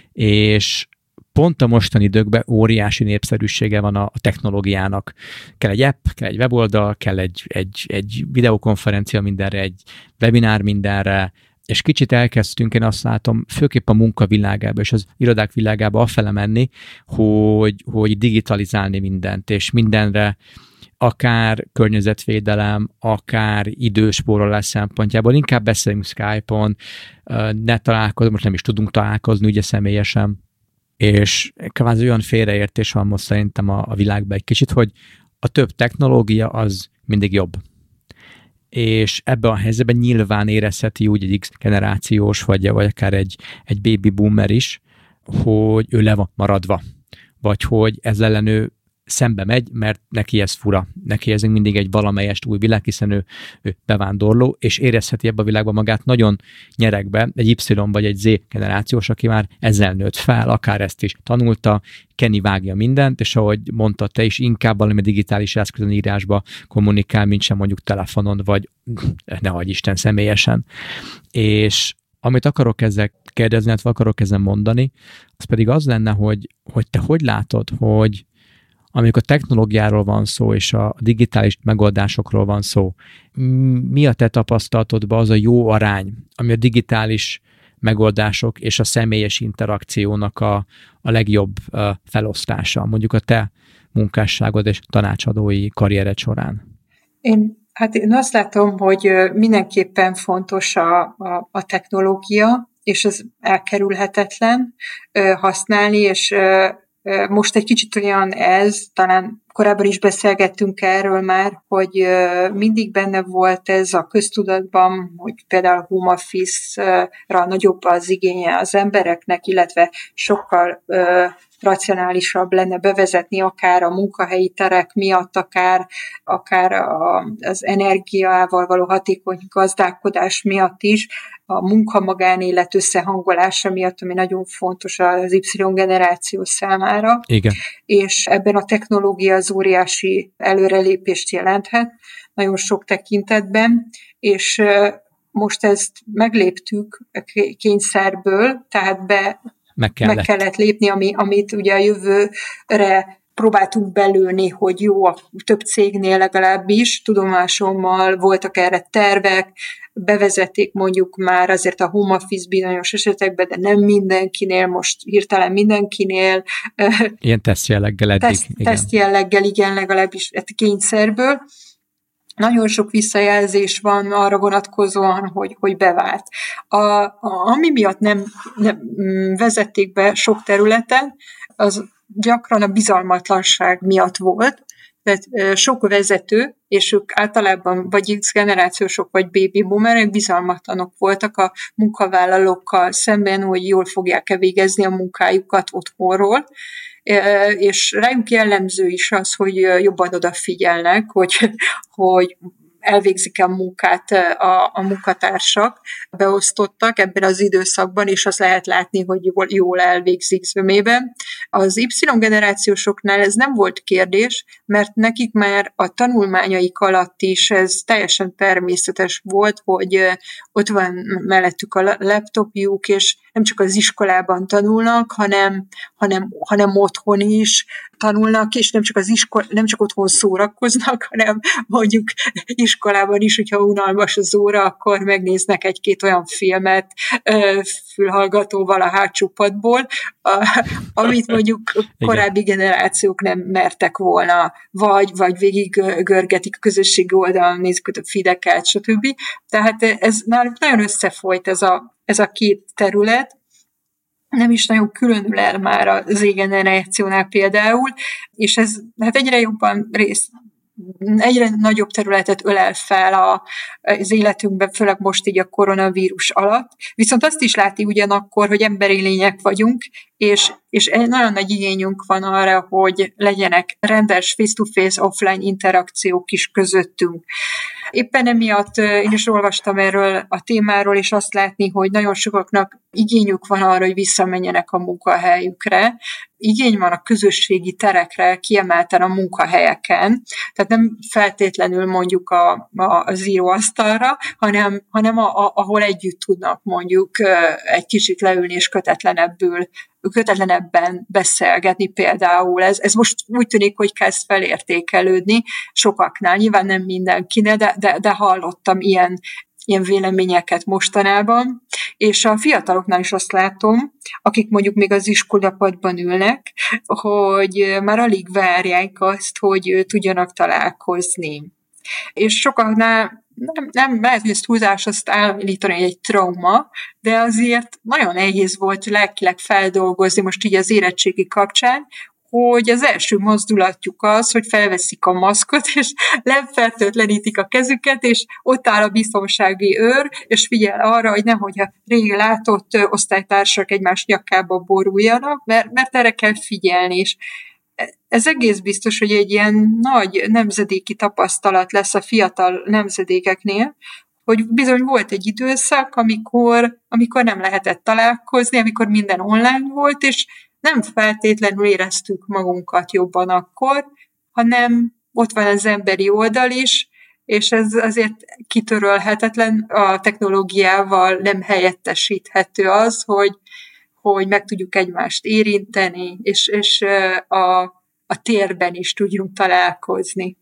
és pont a mostani időkben óriási népszerűsége van a technológiának. Kell egy app, kell egy weboldal, kell egy, egy, egy videokonferencia mindenre, egy webinár mindenre, és kicsit elkezdtünk, én azt látom, főképp a munkavilágába és az irodák világába afele menni, hogy, hogy digitalizálni mindent, és mindenre akár környezetvédelem, akár időspórolás szempontjából, inkább beszélünk Skype-on, ne találkozunk, most nem is tudunk találkozni ugye személyesen, és kvázi olyan félreértés van most szerintem a, a világban egy kicsit, hogy a több technológia az mindig jobb. És ebben a helyzetben nyilván érezheti úgy egy X generációs, vagy, vagy akár egy, egy baby boomer is, hogy ő le van maradva, vagy hogy ezzel ellen ő szembe megy, mert neki ez fura. Neki ez mindig egy valamelyest új világ, hiszen ő, ő bevándorló, és érezheti ebbe a világban magát nagyon nyeregbe, egy Y vagy egy Z generációs, aki már ezzel nőtt fel, akár ezt is tanulta, Kenny vágja mindent, és ahogy mondtad te is, inkább valami digitális eszközön írásba kommunikál, mint sem mondjuk telefonon, vagy ne hagyj Isten személyesen. És amit akarok ezzel kérdezni, illetve akarok ezzel mondani, az pedig az lenne, hogy, hogy te hogy látod, hogy amikor a technológiáról van szó, és a digitális megoldásokról van szó, mi a te tapasztalatodban az a jó arány, ami a digitális megoldások és a személyes interakciónak a, a legjobb uh, felosztása, mondjuk a te munkásságod és tanácsadói karriered során? Én, hát én azt látom, hogy mindenképpen fontos a, a, a technológia, és ez elkerülhetetlen használni, és most egy kicsit olyan ez, talán korábban is beszélgettünk erről már, hogy mindig benne volt ez a köztudatban, hogy például a home office-ra nagyobb az igénye az embereknek, illetve sokkal racionálisabb lenne bevezetni akár a munkahelyi terek miatt, akár, akár az energiával való hatékony gazdálkodás miatt is, a munka-magánélet összehangolása miatt, ami nagyon fontos az Y-generáció számára. Igen. És ebben a technológia az óriási előrelépést jelenthet, nagyon sok tekintetben, és most ezt megléptük kényszerből, tehát be meg kellett, meg kellett lépni, ami, amit ugye a jövőre próbáltunk belőni, hogy jó, a több cégnél legalábbis tudomásommal voltak erre tervek, bevezették mondjuk már azért a home office bizonyos esetekben, de nem mindenkinél, most hirtelen mindenkinél. Ilyen teszt jelleggel eddig. Teszt, igen. teszt jelleggel, igen, legalábbis kényszerből. Nagyon sok visszajelzés van arra vonatkozóan, hogy, hogy bevált. A, a, ami miatt nem, nem vezették be sok területen, az gyakran a bizalmatlanság miatt volt. Tehát sok vezető, és ők általában vagy X-generációsok, vagy baby boomerek bizalmatlanok voltak a munkavállalókkal szemben, hogy jól fogják-e végezni a munkájukat otthonról, és rájuk jellemző is az, hogy jobban odafigyelnek, hogy, hogy elvégzik a munkát a, a munkatársak, beosztottak ebben az időszakban, és azt lehet látni, hogy jól, jól elvégzik zömében. Az Y-generációsoknál ez nem volt kérdés, mert nekik már a tanulmányaik alatt is ez teljesen természetes volt, hogy ott van mellettük a laptopjuk, és nem csak az iskolában tanulnak, hanem, hanem, hanem otthon is tanulnak, és nem csak, az iskol, nem csak otthon szórakoznak, hanem mondjuk iskolában is, hogyha unalmas az óra, akkor megnéznek egy-két olyan filmet fülhallgatóval a hátsó padból, amit mondjuk korábbi generációk nem mertek volna, vagy, vagy végig görgetik a közösségi oldalon, nézik a feedeket, stb. Tehát ez náluk nagyon összefolyt ez a, ez a két terület, nem is nagyon különül el már a Z-generációnál például, és ez hát egyre jobban rész, egyre nagyobb területet ölel fel a, az életünkben, főleg most így a koronavírus alatt. Viszont azt is látni ugyanakkor, hogy emberi lények vagyunk, és, és egy nagyon nagy igényünk van arra, hogy legyenek rendes face-to-face offline interakciók is közöttünk. Éppen emiatt én is olvastam erről a témáról, és azt látni, hogy nagyon sokaknak igényük van arra, hogy visszamenjenek a munkahelyükre. Igény van a közösségi terekre, kiemelten a munkahelyeken. Tehát nem feltétlenül mondjuk a, a, a íróasztalra, hanem, hanem a, a, ahol együtt tudnak mondjuk egy kicsit leülni és kötetlenebbül kötetlenebben beszélgetni például. Ez, ez most úgy tűnik, hogy kezd felértékelődni sokaknál, nyilván nem mindenkinek, de, de, de hallottam ilyen, ilyen véleményeket mostanában, és a fiataloknál is azt látom, akik mondjuk még az iskolapadban ülnek, hogy már alig várják azt, hogy tudjanak találkozni. És sokaknál nem, nem lehet, hogy ez túlzás azt állítani, hogy egy trauma, de azért nagyon nehéz volt lelkileg feldolgozni most így az érettségi kapcsán, hogy az első mozdulatjuk az, hogy felveszik a maszkot, és lefertőtlenítik a kezüket, és ott áll a biztonsági őr, és figyel arra, hogy nehogy a régi látott osztálytársak egymás nyakába boruljanak, mert, mert erre kell figyelni, és ez egész biztos, hogy egy ilyen nagy nemzedéki tapasztalat lesz a fiatal nemzedékeknél, hogy bizony volt egy időszak, amikor, amikor nem lehetett találkozni, amikor minden online volt, és nem feltétlenül éreztük magunkat jobban akkor, hanem ott van az emberi oldal is, és ez azért kitörölhetetlen, a technológiával nem helyettesíthető az, hogy, hogy meg tudjuk egymást érinteni, és, és a, a térben is tudjunk találkozni.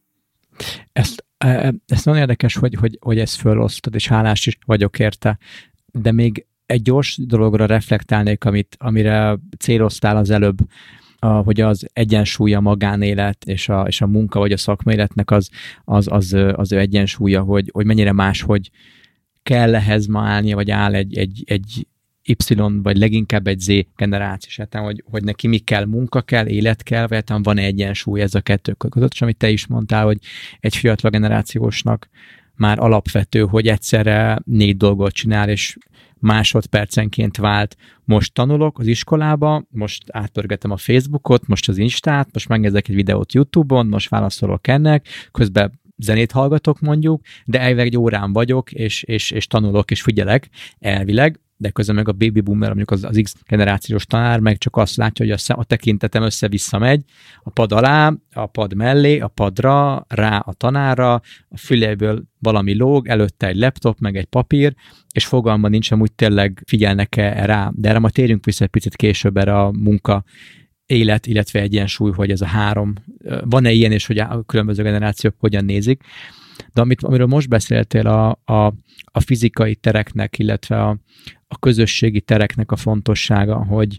Ezt, ezt nagyon érdekes, hogy, hogy, hogy ezt fölosztod, és hálás is vagyok érte, de még egy gyors dologra reflektálnék, amit, amire céloztál az előbb, hogy az egyensúly a magánélet és a, és a munka vagy a szakmai életnek az, az, az, az ő egyensúlya, hogy, hogy mennyire máshogy kell ehhez ma állnia, vagy áll egy, egy, egy Y, vagy leginkább egy Z generációs, hát, hogy, hogy neki mi kell, munka kell, élet kell, vagy hát van egyensúly ez a kettő között, és amit te is mondtál, hogy egy fiatal generációsnak már alapvető, hogy egyszerre négy dolgot csinál, és másodpercenként vált. Most tanulok az iskolába, most átpörgetem a Facebookot, most az Instát, most megnézek egy videót YouTube-on, most válaszolok ennek, közben zenét hallgatok mondjuk, de elvileg egy órán vagyok, és, és, és tanulok, és figyelek elvileg, de közben meg a baby boomer, mondjuk az, az X generációs tanár meg csak azt látja, hogy a, a tekintetem össze-vissza megy, a pad alá, a pad mellé, a padra, rá a tanárra, a füléből valami lóg, előtte egy laptop, meg egy papír, és fogalma nincs, amúgy tényleg figyelnek-e rá. De erre majd térjünk vissza egy picit később erre a munka élet, illetve egyensúly, hogy ez a három, van-e ilyen, és hogy a különböző generációk hogyan nézik. De amit, amiről most beszéltél, a, a, a fizikai tereknek, illetve a, a közösségi tereknek a fontossága, hogy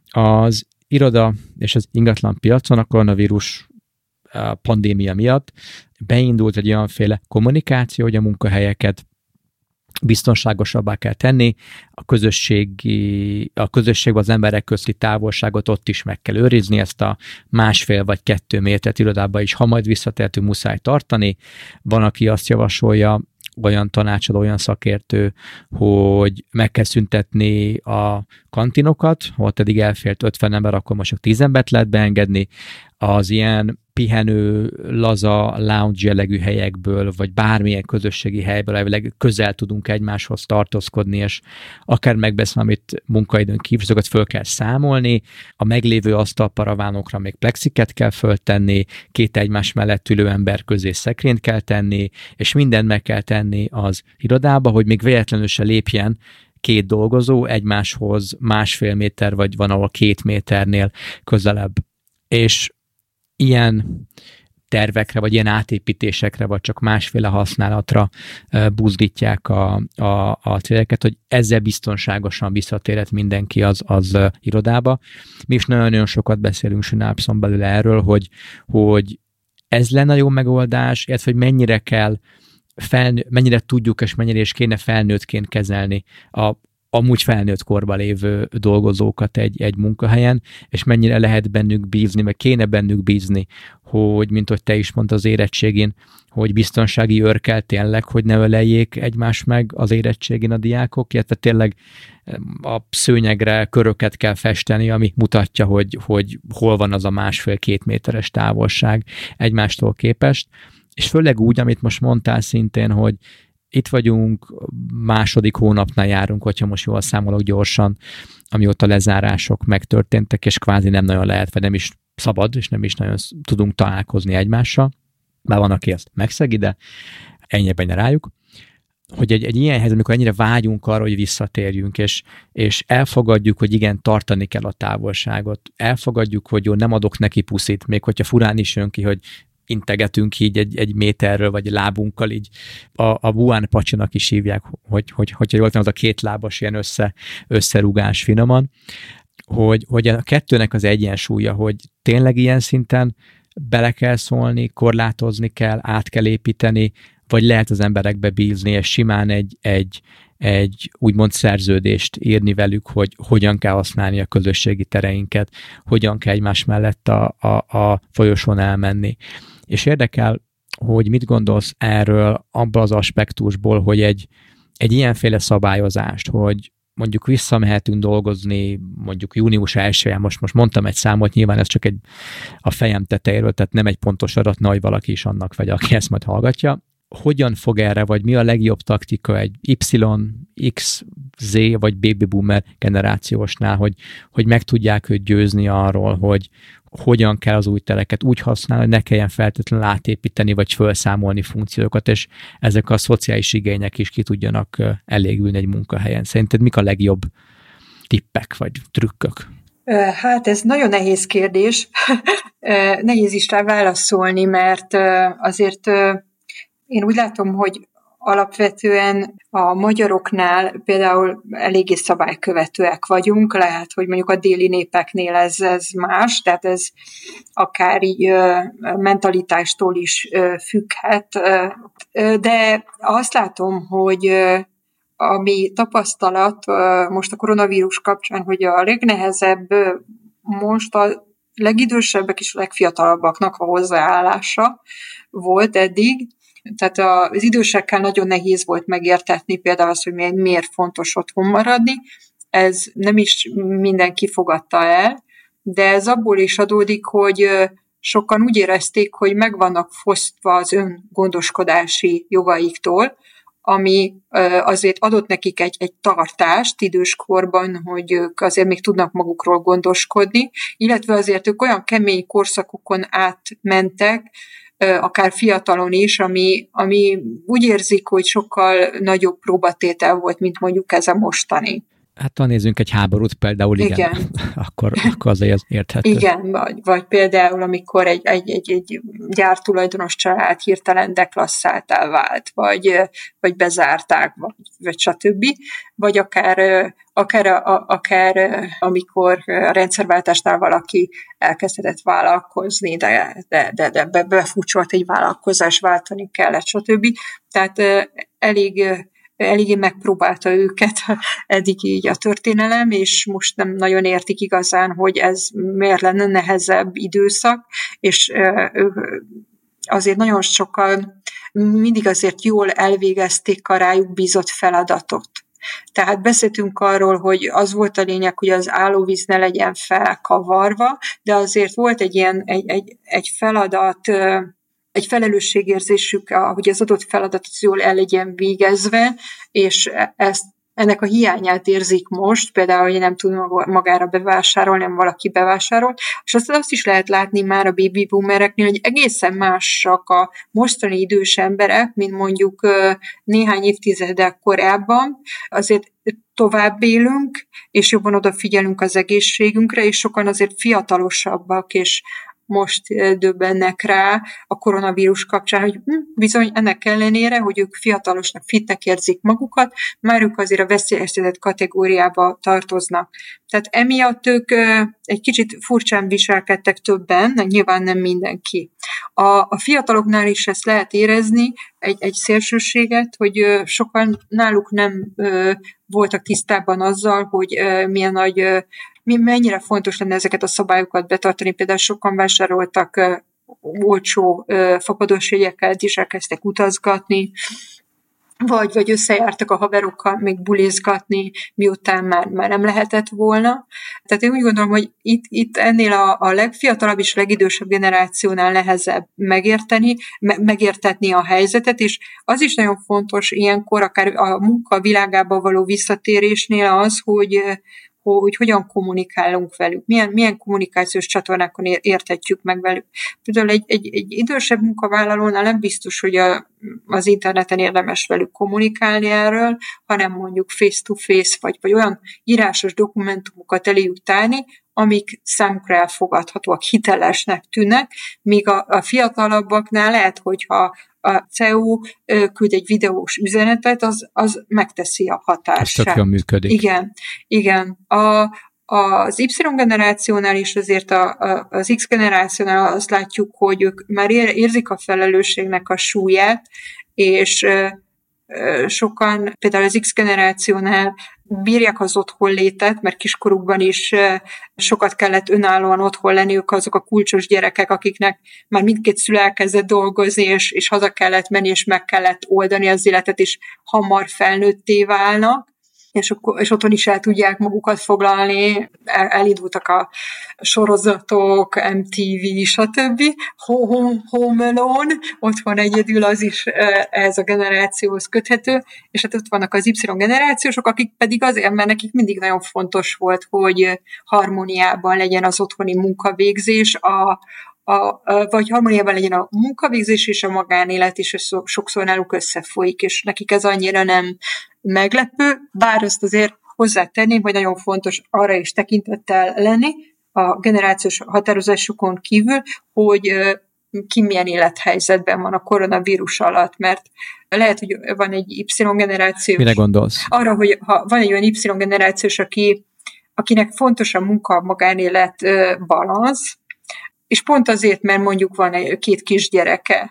az iroda és az ingatlan piacon a koronavírus a pandémia miatt beindult egy olyanféle kommunikáció, hogy a munkahelyeket biztonságosabbá kell tenni, a közösségi, a közösségben az emberek közti távolságot ott is meg kell őrizni, ezt a másfél vagy kettő métert irodába is, ha majd visszatértünk, muszáj tartani. Van, aki azt javasolja, olyan tanácsadó, olyan szakértő, hogy meg kell szüntetni a kantinokat, ahol eddig elfért ötven ember, akkor most csak tíz embert lehet beengedni. Az ilyen pihenő, laza, lounge jellegű helyekből, vagy bármilyen közösségi helyből elvileg közel tudunk egymáshoz tartózkodni, és akár megbeszélni, amit munkaidőn kívül, azokat föl kell számolni, a meglévő asztalparavánokra még plexiket kell föltenni, két egymás mellett ülő ember közé szekrényt kell tenni, és mindent meg kell tenni az irodába, hogy még véletlenül se lépjen két dolgozó egymáshoz másfél méter, vagy van ahol két méternél közelebb. És ilyen tervekre, vagy ilyen átépítésekre, vagy csak másféle használatra buzdítják a, a, a cégeket, hogy ezzel biztonságosan visszatérhet mindenki az, az irodába. Mi is nagyon-nagyon sokat beszélünk Synapson belül erről, hogy, hogy ez lenne jó megoldás, illetve hogy mennyire kell felnő, mennyire tudjuk, és mennyire is kéne felnőttként kezelni a amúgy felnőtt korban lévő dolgozókat egy, egy munkahelyen, és mennyire lehet bennük bízni, meg kéne bennük bízni, hogy, mint hogy te is mondtad az érettségén, hogy biztonsági őr kell tényleg, hogy ne öleljék egymást meg az érettségén a diákok, illetve tényleg a szőnyegre köröket kell festeni, ami mutatja, hogy, hogy hol van az a másfél-két méteres távolság egymástól képest, és főleg úgy, amit most mondtál szintén, hogy itt vagyunk, második hónapnál járunk, hogyha most jól számolok gyorsan, amióta lezárások megtörténtek, és kvázi nem nagyon lehet, vagy nem is szabad, és nem is nagyon tudunk találkozni egymással. Bár van, aki ezt megszegi, de ennyiben rájuk. Hogy egy, egy ilyen helyzet, amikor ennyire vágyunk arra, hogy visszatérjünk, és, és elfogadjuk, hogy igen, tartani kell a távolságot. Elfogadjuk, hogy jó, nem adok neki puszit, még hogyha furán is jön ki, hogy integetünk így egy, egy méterről, vagy lábunkkal így. A, a Wuhan pacsinak is hívják, hogy, hogy, hogyha jól tudom, az a két lábas ilyen össze, összerugás finoman, hogy, hogy a kettőnek az egyensúlya, hogy tényleg ilyen szinten bele kell szólni, korlátozni kell, át kell építeni, vagy lehet az emberekbe bízni, és simán egy, egy, egy úgymond szerződést írni velük, hogy hogyan kell használni a közösségi tereinket, hogyan kell egymás mellett a, a, a folyosón elmenni. És érdekel, hogy mit gondolsz erről abban az aspektusból, hogy egy, egy ilyenféle szabályozást, hogy mondjuk visszamehetünk dolgozni, mondjuk június elsején, most, most mondtam egy számot, nyilván ez csak egy a fejem tetejéről, tehát nem egy pontos adat, nehogy valaki is annak vagy, aki ezt majd hallgatja. Hogyan fog erre, vagy mi a legjobb taktika egy Y, X, Z vagy Baby Boomer generációsnál, hogy, hogy meg tudják őt győzni arról, hogy hogyan kell az új teleket úgy használni, hogy ne kelljen feltétlenül átépíteni, vagy felszámolni funkciókat, és ezek a szociális igények is ki tudjanak elégülni egy munkahelyen. Szerinted mik a legjobb tippek, vagy trükkök? Hát ez nagyon nehéz kérdés. Nehéz is rá válaszolni, mert azért én úgy látom, hogy alapvetően a magyaroknál például eléggé szabálykövetőek vagyunk, lehet, hogy mondjuk a déli népeknél ez, ez más, tehát ez akár így mentalitástól is függhet, de azt látom, hogy ami tapasztalat most a koronavírus kapcsán, hogy a legnehezebb most a legidősebbek és a legfiatalabbaknak a hozzáállása volt eddig. Tehát az idősekkel nagyon nehéz volt megértetni például azt, hogy miért fontos otthon maradni. Ez nem is mindenki fogadta el, de ez abból is adódik, hogy sokan úgy érezték, hogy meg vannak fosztva az öngondoskodási jogaiktól, ami azért adott nekik egy, egy tartást időskorban, hogy ők azért még tudnak magukról gondoskodni, illetve azért ők olyan kemény korszakokon átmentek, akár fiatalon is, ami, ami úgy érzik, hogy sokkal nagyobb próbatétel volt, mint mondjuk ez a mostani. Hát ha nézzünk egy háborút például, igen, igen. akkor, akkor azért érthető. Igen, vagy, vagy például, amikor egy, egy, egy, egy gyártulajdonos család hirtelen deklasszáltá vált, vagy, vagy bezárták, vagy, vagy stb. Vagy akár, akár, akár amikor a rendszerváltásnál valaki elkezdett vállalkozni, de, de, de, de befúcsolt egy vállalkozás, váltani kellett, stb. Tehát elég eléggé megpróbálta őket eddig így a történelem, és most nem nagyon értik igazán, hogy ez miért lenne nehezebb időszak, és azért nagyon sokan mindig azért jól elvégezték a rájuk bízott feladatot. Tehát beszéltünk arról, hogy az volt a lényeg, hogy az állóvíz ne legyen felkavarva, de azért volt egy ilyen egy, egy, egy feladat, egy felelősségérzésük, hogy az adott feladat jól el legyen végezve, és ezt, ennek a hiányát érzik most, például, hogy nem tud magára bevásárolni, nem valaki bevásárol, és azt, azt is lehet látni már a baby boomereknél, hogy egészen másak a mostani idős emberek, mint mondjuk néhány évtizedek korábban, azért tovább élünk, és jobban odafigyelünk az egészségünkre, és sokan azért fiatalosabbak, és most döbbennek rá a koronavírus kapcsán, hogy hm, bizony ennek ellenére, hogy ők fiatalosnak, fitnek érzik magukat, már ők azért a veszélyeztetett kategóriába tartoznak. Tehát emiatt ők egy kicsit furcsán viselkedtek többen, nyilván nem mindenki. A, a fiataloknál is ezt lehet érezni, egy, egy szélsőséget, hogy sokan náluk nem voltak tisztában azzal, hogy milyen nagy mennyire fontos lenne ezeket a szabályokat betartani. Például sokan vásároltak uh, olcsó uh, fapados jegyekkel, is elkezdtek utazgatni, vagy, vagy összejártak a haverokkal még bulizgatni, miután már, már nem lehetett volna. Tehát én úgy gondolom, hogy itt, itt ennél a, a legfiatalabb és legidősebb generációnál nehezebb megérteni, me, megértetni a helyzetet, és az is nagyon fontos ilyenkor, akár a munka világába való visszatérésnél az, hogy hogy hogyan kommunikálunk velük, milyen, milyen kommunikációs csatornákon értetjük meg velük. Például egy, egy, egy idősebb munkavállalónál nem biztos, hogy a, az interneten érdemes velük kommunikálni erről, hanem mondjuk face-to-face, vagy, vagy olyan írásos dokumentumokat eléjük tárni, amik számukra elfogadhatóak, hitelesnek tűnnek, míg a, a fiatalabbaknál lehet, hogyha a cé e o küld egy videós üzenetet, az, az megteszi a hatását. Ez tök működik. Igen, igen. A, az Y-generációnál is azért a, a, az X-generációnál azt látjuk, hogy ők már érzik a felelősségnek a súlyát, és sokan, például az X-generációnál bírják az otthon létet, mert kiskorukban is sokat kellett önállóan otthon lenniük, azok a kulcsos gyerekek, akiknek már mindkét szülő elkezdett dolgozni, és, és haza kellett menni, és meg kellett oldani az életet, és hamar felnőtté válnak. és, és otthon is el tudják magukat foglalni, el, elindultak a sorozatok, em té vé, stb. Home, home Alone, otthon egyedül az is ehhez a generációhoz köthető, és hát ott vannak az Y generációsok, akik pedig azért, mert nekik mindig nagyon fontos volt, hogy harmóniában legyen az otthoni munkavégzés, a A, vagy harmóniában legyen a munkavégzés és a magánélet is, és sokszor náluk összefolyik, és nekik ez annyira nem meglepő, bár azt azért hozzátenném, hogy nagyon fontos arra is tekintettel lenni a generációs határozásokon kívül, hogy ki milyen élethelyzetben van a koronavírus alatt, mert lehet, hogy van egy Y-generációs. Mire gondolsz? Arra, hogy ha van egy olyan Y-generációs, aki, akinek fontos a munka-magánélet balansz, és pont azért, mert mondjuk van egy, két kisgyereke.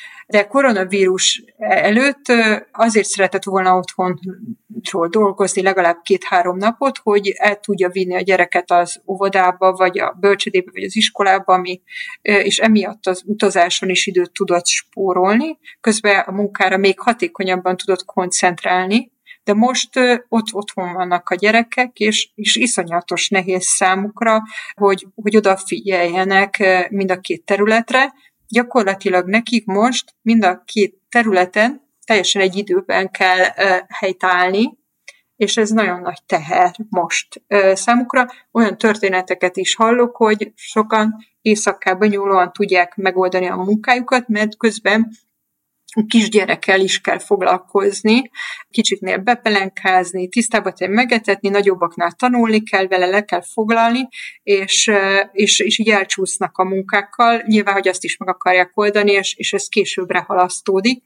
De koronavírus előtt azért szeretett volna otthonról dolgozni legalább két-három napot, hogy el tudja vinni a gyereket az óvodába, vagy a bölcsödébe, vagy az iskolába, ami, és emiatt az utazáson is időt tudott spórolni, közben a munkára még hatékonyabban tudott koncentrálni, de most ott otthon vannak a gyerekek, és, és iszonyatos nehéz számukra, hogy, hogy odafigyeljenek mind a két területre. Gyakorlatilag nekik most mind a két területen teljesen egy időben kell helytállni, és ez nagyon nagy teher most számukra. Olyan történeteket is hallok, hogy sokan éjszakában nyúlóan tudják megoldani a munkájukat, mert közben kisgyerekkel is kell foglalkozni, kicsiknél bepelenkázni, tisztába tenni, megetetni, nagyobbaknál tanulni kell vele, le kell foglalni, és, és, és így elcsúsznak a munkákkal. Nyilván, hogy azt is meg akarják oldani, és, és ez későbbre halasztódik.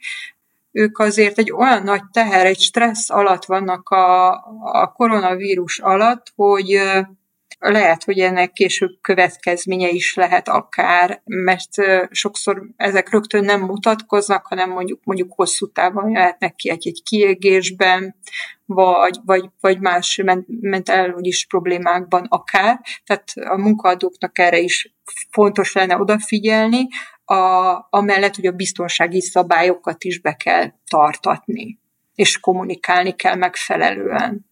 Ők azért egy olyan nagy teher, egy stressz alatt vannak a, a koronavírus alatt, hogy lehet, hogy ennek később következménye is lehet akár, mert sokszor ezek rögtön nem mutatkoznak, hanem mondjuk, mondjuk hosszú távon lehetnek ki egy-egy kiégésben, vagy, vagy, vagy más mentális problémákban akár. Tehát a munkaadóknak erre is fontos lenne odafigyelni, a, amellett, hogy a biztonsági szabályokat is be kell tartatni, és kommunikálni kell megfelelően.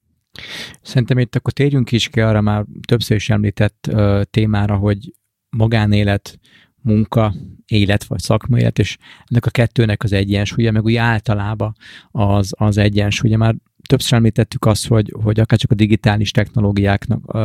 Szerintem itt akkor térjünk is ki arra már többször is említett uh, témára, hogy magánélet, munka, élet vagy szakmaélet, és ennek a kettőnek az egyensúlya, meg úgy általában az, az egyensúlya. Már többször említettük azt, hogy, hogy akár csak a digitális technológiáknak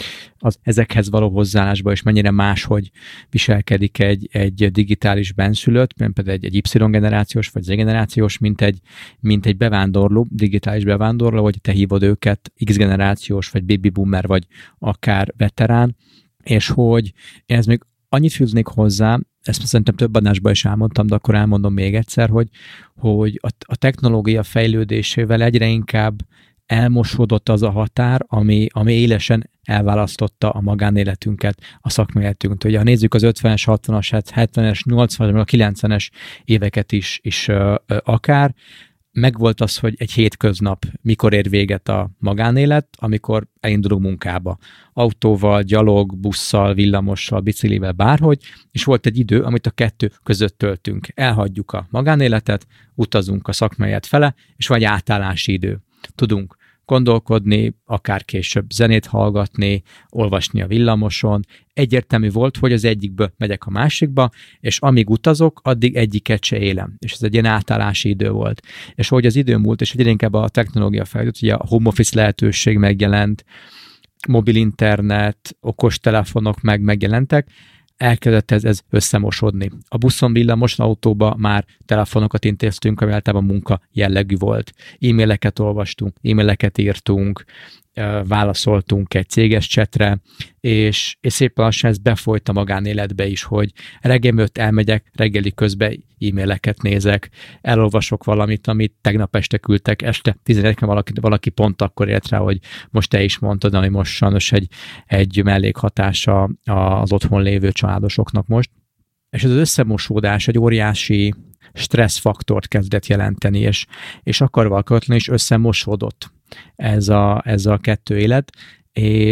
az ezekhez való hozzáállásban is mennyire máshogy viselkedik egy, egy digitális benszülött, például egy, egy Y-generációs vagy Z-generációs, mint egy, mint egy bevándorló, digitális bevándorló, vagy te hívod őket X-generációs, vagy baby boomer, vagy akár veterán, és hogy ez még annyit fűznék hozzá, ezt szerintem több adásban is elmondtam, de akkor elmondom még egyszer, hogy, hogy a, a technológia fejlődésével egyre inkább elmosódott az a határ, ami, ami élesen elválasztotta a magánéletünket a szakmaéletünktől. Ha nézzük az ötvenes, hatvanas, hetvenes, nyolcvanas, a kilencvenes éveket is, is uh, uh, akár, megvolt az, hogy egy hétköznap mikor ér véget a magánélet, amikor elindulunk munkába. Autóval, gyalog, busszal, villamossal, biciklivel, bárhogy, és volt egy idő, amit a kettő között töltünk. Elhagyjuk a magánéletet, utazunk a szakmáját fele, és vagy átállási idő. Tudunk gondolkodni, akár később zenét hallgatni, olvasni a villamoson. Egyértelmű volt, hogy az egyikből megyek a másikba, és amíg utazok, addig egyiket se élem. És ez egy ilyen átállási idő volt. És ahogy az idő múlt, és egyre inkább a technológia fejlődött, ugye a home office lehetőség megjelent, mobil internet, okostelefonok meg megjelentek, elkezdett ez, ez összemosodni. A buszon, villamoson, autóba már telefonokat intéztünk, ami általában munka jellegű volt. E-maileket olvastunk, e-maileket írtunk, válaszoltunk egy céges csetre, és, és szépen lassan ez befolyt a magánéletbe is, hogy reggel mögött elmegyek, reggeli közben e-maileket nézek, elolvasok valamit, amit tegnap este küldtek, este tizenegyre valaki, valaki pont akkor ért rá, hogy most te is mondtad, ami most sajnos egy, egy mellékhatása az otthon lévő családosoknak most. És ez az összemosódás egy óriási stresszfaktort kezdett jelenteni, és, és akarva akaratlanul is összemosódott ez a, ez a kettő élet, és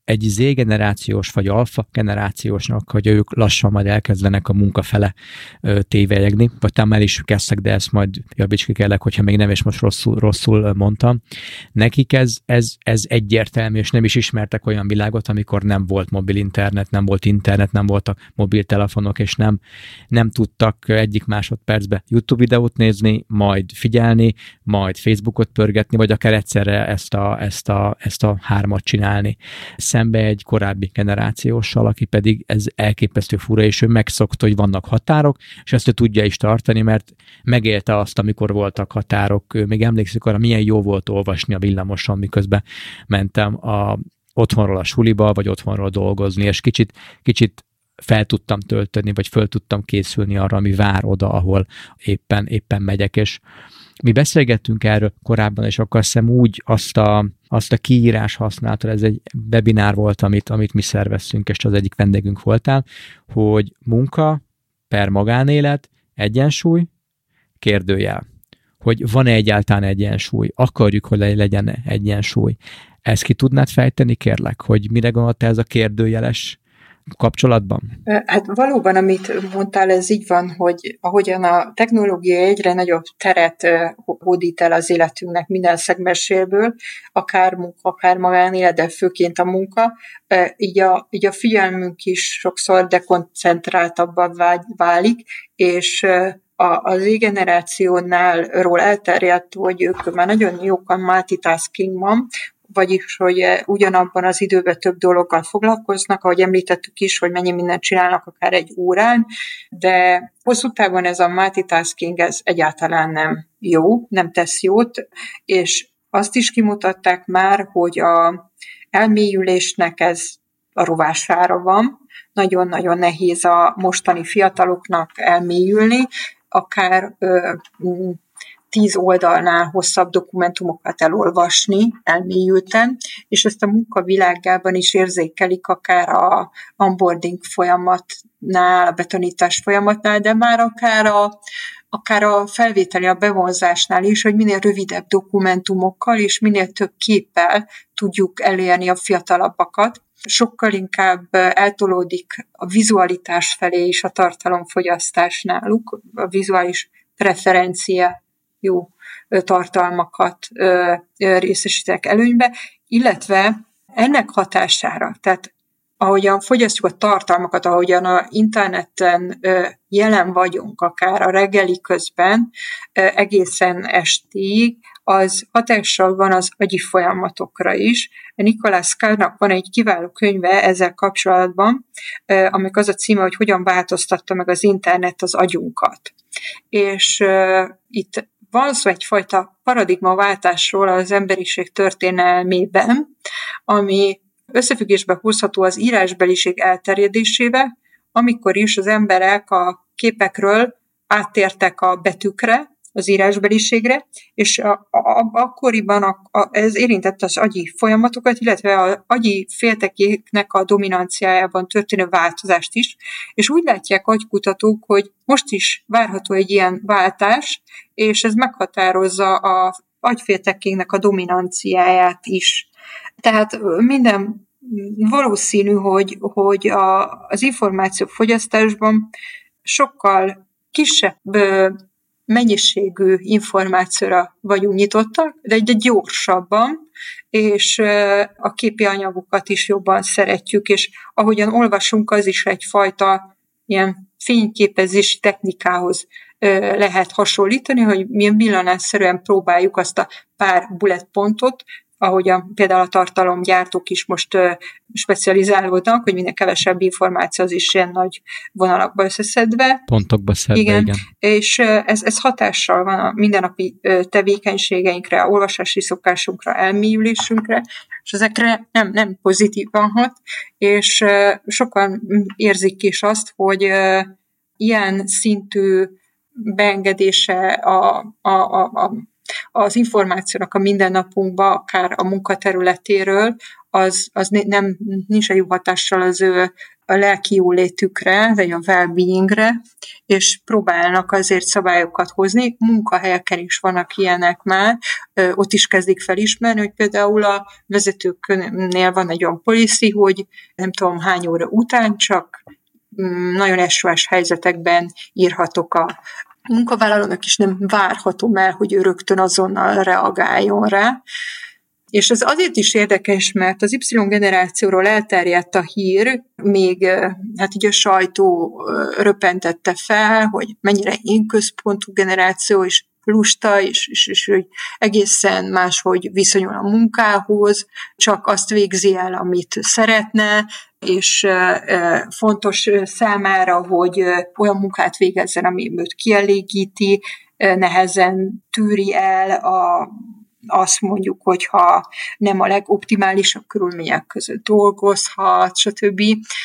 egy Z-generációs vagy alfa generációsnak, hogy ők lassan majd elkezdenek a munka fele ö, tévelyegni, vagy talán el is kezdtek, de ezt majd javíts ki kellek, hogyha még nem, és most rosszul, rosszul mondtam. Nekik ez, ez, ez egyértelmű, és nem is ismertek olyan világot, amikor nem volt mobil internet, nem volt internet, nem voltak mobiltelefonok, és nem, nem tudtak egyik másodpercbe YouTube videót nézni, majd figyelni, majd Facebookot pörgetni, vagy akár egyszerre ezt a, ezt a, ezt a hármat csinálni. Szembe egy korábbi generációssal, aki pedig ez elképesztő fura, és ő megszokta, hogy vannak határok, és ezt ő tudja is tartani, mert megélte azt, amikor voltak határok. Ő még emlékszik arra, milyen jó volt olvasni a villamoson, miközben mentem a, otthonról a suliba, vagy otthonról dolgozni, és kicsit, kicsit fel tudtam tölteni, vagy föl tudtam készülni arra, ami vár oda, ahol éppen, éppen megyek, és mi beszélgettünk erről korábban, és akkor azt hiszem úgy azt a, azt a kiírás használtad, ez egy webinár volt, amit, amit mi szerveztünk, és az egyik vendégünk voltál, hogy munka per magánélet, egyensúly, kérdőjel. Hogy van-e egyáltalán egyensúly, akarjuk, hogy legyen egyensúly. Ezt ki tudnád fejteni, kérlek, hogy mire gondolt ez a kérdőjeles kapcsolatban? Hát valóban, amit mondtál, ez így van, hogy ahogyan a technológia egyre nagyobb teret hódít el az életünknek minden szegmenséből, akár munka, akár magánélet, de főként a munka, így a, így a figyelmünk is sokszor dekoncentráltabbá válik, és az Z-generációnál ról elterjedt, hogy ők már nagyon jók a multitaskingban, vagyis, hogy ugyanabban az időben több dologgal foglalkoznak, ahogy említettük is, hogy mennyi mindent csinálnak akár egy órán, de hosszú távon ez a multitasking ez egyáltalán nem jó, nem tesz jót, és azt is kimutatták már, hogy a elmélyülésnek ez a rovására van, nagyon-nagyon nehéz a mostani fiataloknak elmélyülni, akár ö, tíz oldalnál hosszabb dokumentumokat elolvasni elmélyülten, és ezt a munkavilágában is érzékelik akár a onboarding folyamatnál, a betanítás folyamatnál, de már akár a, akár a felvételi, a bevonzásnál is, hogy minél rövidebb dokumentumokkal és minél több képpel tudjuk elérni a fiatalabbakat. Sokkal inkább eltolódik a vizualitás felé is a tartalomfogyasztás náluk, a vizuális preferencia jó tartalmakat részesítek előnybe, illetve ennek hatására, tehát ahogyan fogyasztjuk a tartalmakat, ahogyan a interneten jelen vagyunk, akár a reggeli közben, egészen estig, az hatással van az agyi folyamatokra is. Nicholas Carrnak van egy kiváló könyve ezzel kapcsolatban, amik az a címe, hogy hogyan változtatta meg az internet az agyunkat. És itt van szó egyfajta paradigmaváltásról az emberiség történelmében, ami összefüggésbe hozható az írásbeliség elterjedésével, amikor is az emberek a képekről áttértek a betűkre, az írásbeliségre, és a, a, akkoriban a, a, ez érintette az agyi folyamatokat, illetve az agyi féltekéknek a dominanciájában történő változást is, és úgy látják agykutatók, hogy most is várható egy ilyen váltás, és ez meghatározza az agyféltekéknek a dominanciáját is. Tehát minden valószínű, hogy, hogy a, az információfogyasztásban sokkal kisebb mennyiségű információra vagyunk nyitottak, de egy gyorsabban, és a képi anyagokat is jobban szeretjük, és ahogyan olvasunk, az is egyfajta ilyen fényképezési technikához lehet hasonlítani, hogy milyen villanásszerűen próbáljuk azt a pár bullet pontot, ahogy a, például a tartalomgyártók is most uh, specializálódnak, hogy minél kevesebb információ az is ilyen nagy vonalakba összeszedve. Pontokba szedve, igen. igen. És uh, ez, ez hatással van a mindennapi uh, tevékenységeinkre, a olvasási szokásunkra, elmélyülésünkre, és ezekre nem, nem pozitívan hat, és uh, sokan érzik is azt, hogy uh, ilyen szintű beengedése a, a, a, a az információnak a mindennapunkba, akár a munkaterületéről, az, az nem, nincs jó hatással az ő a lelki jólétükre, vagy a well-beingre, és próbálnak azért szabályokat hozni. Munkahelyeken is vannak ilyenek már, ott is kezdik felismerni, hogy például a vezetőknél van egy olyan policy, hogy nem tudom hány óra után csak nagyon es o es helyzetekben írhatok a munkavállalónak, is nem várhatom el, hogy ő rögtön azonnal reagáljon rá. És ez azért is érdekes, mert az Y generációról elterjedt a hír, még hát így a sajtó röpentette fel, hogy mennyire én központú generáció, és lusta, és, és, és hogy egészen máshogy viszonyul a munkához, csak azt végzi el, amit szeretne, és e, fontos számára, hogy olyan munkát végezzen, ami őt kielégíti, nehezen tűri el a azt mondjuk, hogyha nem a legoptimálisabb körülmények között dolgozhat, stb.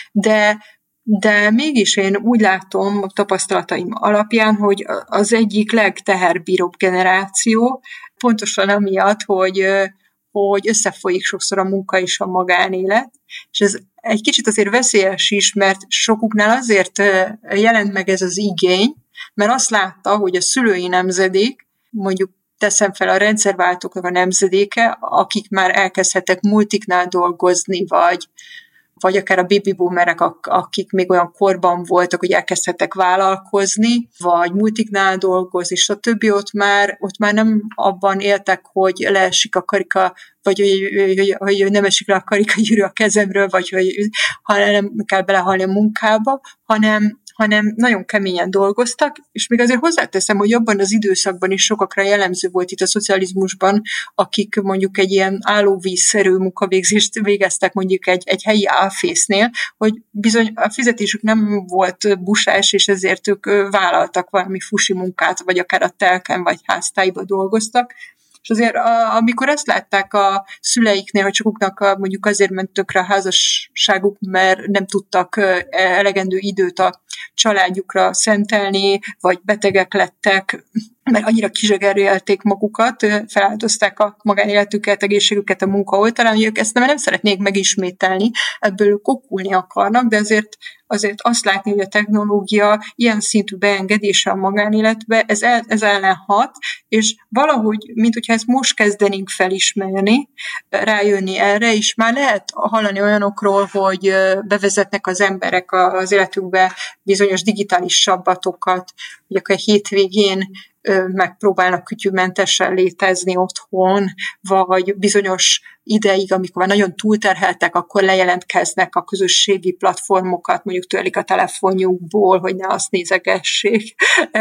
De, de mégis én úgy látom a tapasztalataim alapján, hogy az egyik legteherbíróbb generáció, pontosan amiatt, hogy, hogy összefolyik sokszor a munka és a magánélet, és ez egy kicsit azért veszélyes is, mert sokuknál azért jelent meg ez az igény, mert azt látta, hogy a szülői nemzedék, mondjuk teszem fel a rendszerváltóknak a nemzedéke, akik már elkezdhettek multiknál dolgozni, vagy, vagy akár a baby boomerek, akik még olyan korban voltak, hogy elkezdhettek vállalkozni, vagy multiknál dolgozni, és a többi ott már, ott már nem abban éltek, hogy leesik a karika, vagy hogy, hogy, hogy, hogy nem esik le a karika gyűrű a kezemről, vagy hogy ha nem kell belehalni a munkába, hanem hanem nagyon keményen dolgoztak, és még azért hozzáteszem, hogy abban az időszakban is sokakra jellemző volt itt a szocializmusban, akik mondjuk egy ilyen állóvízszerű munkavégzést végeztek mondjuk egy, egy helyi álfésznél, hogy bizony a fizetésük nem volt busás, és ezért ők vállaltak valami fusi munkát, vagy akár a telken, vagy háztályba dolgoztak. És azért amikor azt látták a szüleiknél, hogy sokuknak a, mondjuk azért ment tökre a házasságuk, mert nem tudtak elegendő időt a családjukra szentelni, vagy betegek lettek, mert annyira kizsegerélték magukat, feláldozták a magánéletüket, egészségüket a munka oltalán, hogy ők ezt nem, nem szeretnék megismételni, ebből ők okulni akarnak, de azért, azért azt látni, hogy a technológia ilyen szintű beengedése a magánéletbe, ez, el, ez ellen hat, és valahogy, mint hogyha ezt most kezdenénk felismerni, rájönni erre, és már lehet hallani olyanokról, hogy bevezetnek az emberek az életükbe bizonyos digitális sabbatokat, hogy akár hétvégén megpróbálnak kütyűmentesen létezni otthon, vagy bizonyos ideig, amikor már nagyon túlterheltek, akkor lejelentkeznek a közösségi platformokat, mondjuk törlik a telefonjukból, hogy ne azt nézegessék.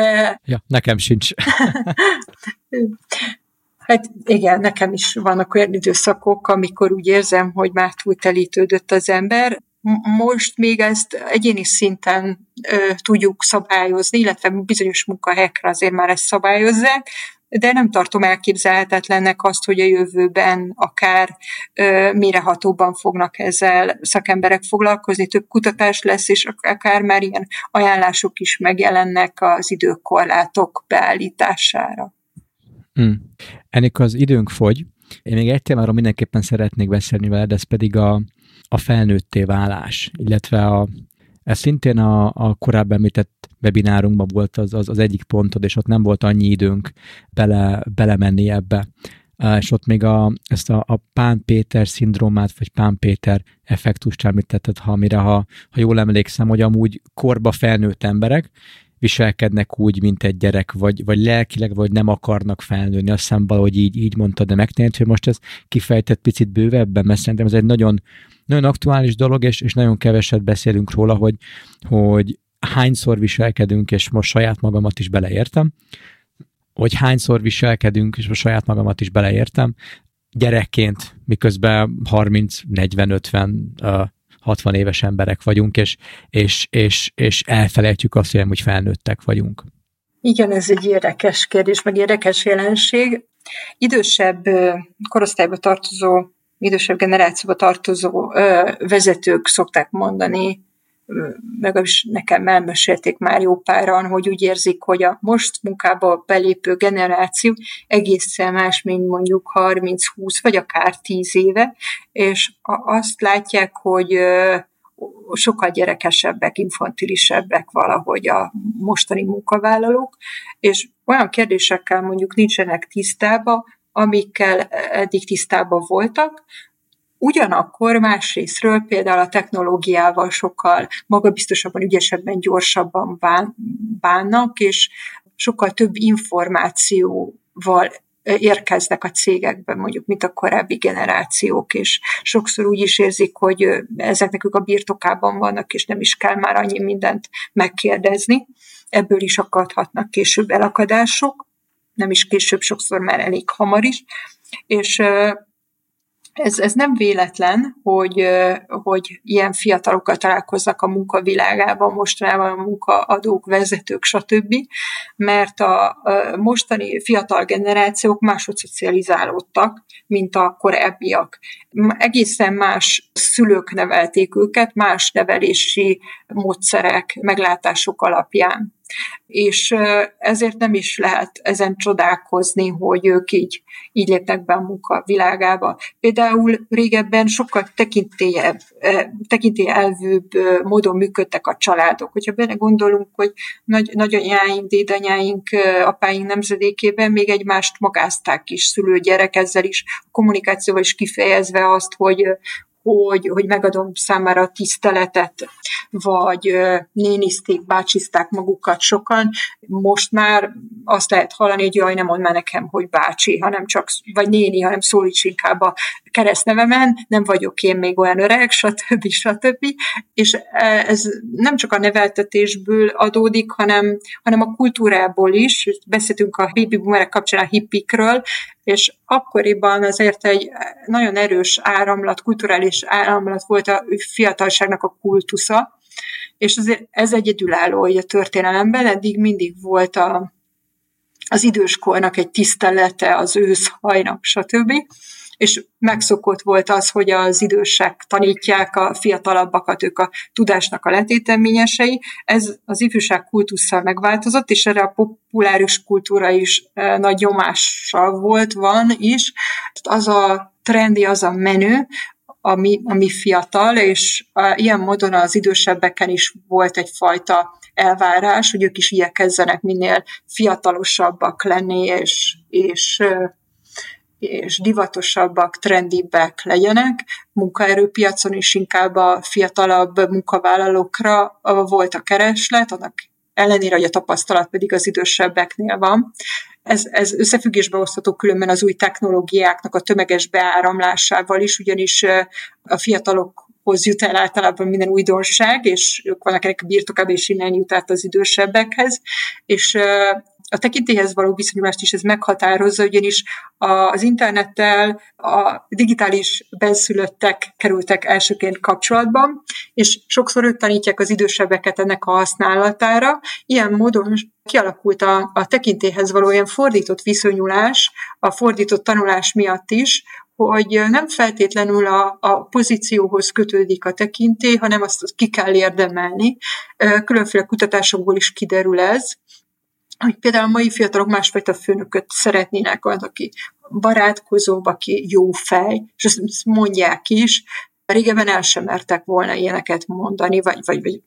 Ja, nekem sincs. Hát igen, nekem is vannak olyan időszakok, amikor úgy érzem, hogy már túltelítődött az ember. Most még ezt egyéni szinten ö, tudjuk szabályozni, illetve bizonyos munkahelyekre azért már ezt szabályozzák, de nem tartom elképzelhetetlennek azt, hogy a jövőben akár ö, mélyrehatóban fognak ezzel szakemberek foglalkozni, több kutatás lesz, és akár már ilyen ajánlások is megjelennek az időkorlátok beállítására. Mm. Ennek az időnk fogy. Én még egy témáról mindenképpen szeretnék beszélni veled, ez pedig a, a felnőtté válás, illetve a, ez szintén a, a korábban említett webinárunkban volt az, az, az egyik pontod, és ott nem volt annyi időnk bele, belemenni ebbe. És ott még a, ezt a, a Pán Péter szindrómát, vagy Pán Péter effektust említetted, ha, amire, ha, ha jól emlékszem, hogy amúgy korba felnőtt emberek viselkednek úgy, mint egy gyerek, vagy, vagy lelkileg, vagy nem akarnak felnőni. Azt hiszem valahogy így, így mondtad, de megtenni, hogy most ez kifejtett picit bővebben, mert szerintem ez egy nagyon, nagyon aktuális dolog, és, és nagyon keveset beszélünk róla, hogy, hogy hányszor viselkedünk, és most saját magamat is beleértem, hogy hányszor viselkedünk, és most saját magamat is beleértem, gyerekként, miközben harminc, negyven, ötven hatvan éves emberek vagyunk, és, és, és, és elfelejtjük azt, hogy felnőttek vagyunk. Igen, ez egy érdekes kérdés, meg érdekes jelenség. Idősebb korosztályba tartozó, idősebb generációba tartozó vezetők szokták mondani, legalábbis nekem elmesélték már jó páran, hogy úgy érzik, hogy a most munkába belépő generáció egészen más, mint mondjuk harminc, húsz vagy akár tíz éve, és azt látják, hogy sokkal gyerekesebbek, infantilisebbek valahogy a mostani munkavállalók, és olyan kérdésekkel mondjuk nincsenek tisztában, amikkel eddig tisztában voltak. Ugyanakkor másrésztről például a technológiával sokkal magabiztosabban, ügyesebben, gyorsabban bánnak, és sokkal több információval érkeznek a cégekben, mondjuk, mint a korábbi generációk, és sokszor úgy is érzik, hogy ezeknek ők a birtokában vannak, és nem is kell már annyi mindent megkérdezni. Ebből is akadhatnak később elakadások, nem is később, sokszor már elég hamar is, és Ez, ez nem véletlen, hogy, hogy ilyen fiatalokkal találkoznak a munkavilágában, mostanában a munkaadók, vezetők, stb., mert a mostani fiatal generációk máshogy szocializálódtak, mint a korábbiak. Egészen más szülők nevelték őket, más nevelési módszerek, meglátások alapján. És ezért nem is lehet ezen csodálkozni, hogy ők így, így lépnek be a munka világába. Például régebben sokkal tekintélyebb, tekintélyelvűbb módon működtek a családok. Hogyha benne gondolunk, hogy nagy, nagyanyáink, dédanyáink, apáink nemzedékében még egymást magázták is, szülő-gyerek, ezzel is kommunikációval is kifejezve azt, hogy Hogy, hogy megadom számára a tiszteletet, vagy nénizték, bácsizták magukat sokan. Most már azt lehet hallani, hogy jaj, nem mondd már nekem, hogy bácsi, hanem csak, vagy néni, hanem szólíts inkább a keresztnevemen, nem vagyok én még olyan öreg, stb. stb. És ez nem csak a neveltetésből adódik, hanem, hanem a kultúrából is. Beszéltünk a baby boomerek kapcsán a hippikről, és akkoriban azért egy nagyon erős áramlat, kulturális áramlat volt a fiatalságnak a kultusza, és azért ez egyedülálló a történelemben, eddig mindig volt a, az időskornak egy tisztelete, az őszhajnak, stb., és megszokott volt az, hogy az idősek tanítják a fiatalabbakat, ők a tudásnak a letéteményesei. Ez az ifjúság kultusszal megváltozott, és erre a populáris kultúra is nagy nyomással volt, van is. Az a trendi, az a menő, ami, ami fiatal, és ilyen módon az idősebbeken is volt egyfajta elvárás, hogy ők is igyekezzenek minél fiatalosabbak lenni, és, és és divatosabbak, trendibbek legyenek. Munkaerőpiacon is inkább a fiatalabb munkavállalókra volt a kereslet, annak ellenére, hogy a tapasztalat pedig az idősebbeknél van. Ez, ez összefüggésbe hozható különben az új technológiáknak a tömeges beáramlásával is, ugyanis a fiatalokhoz jut el általában minden újdonság, és ők vannak ennek a birtokában, és innen jut át az idősebbekhez, és a tekintélyhez való viszonyulást is ez meghatározza, ugyanis az internettel a digitális benszülöttek kerültek elsőként kapcsolatban, és sokszor ők tanítják az idősebbeket ennek a használatára. Ilyen módon kialakult a, a tekintélyhez való ilyen fordított viszonyulás, a fordított tanulás miatt is, hogy nem feltétlenül a, a pozícióhoz kötődik a tekintély, hanem azt ki kell érdemelni. Különféle kutatásokból is kiderül ez, hogy például a mai fiatalok másfajta főnököt szeretnének, olyan, aki barátkozóbb, aki jó fej, és ezt mondják is. Régebben el sem mertek volna ilyeneket mondani, vagy, vagy, vagy.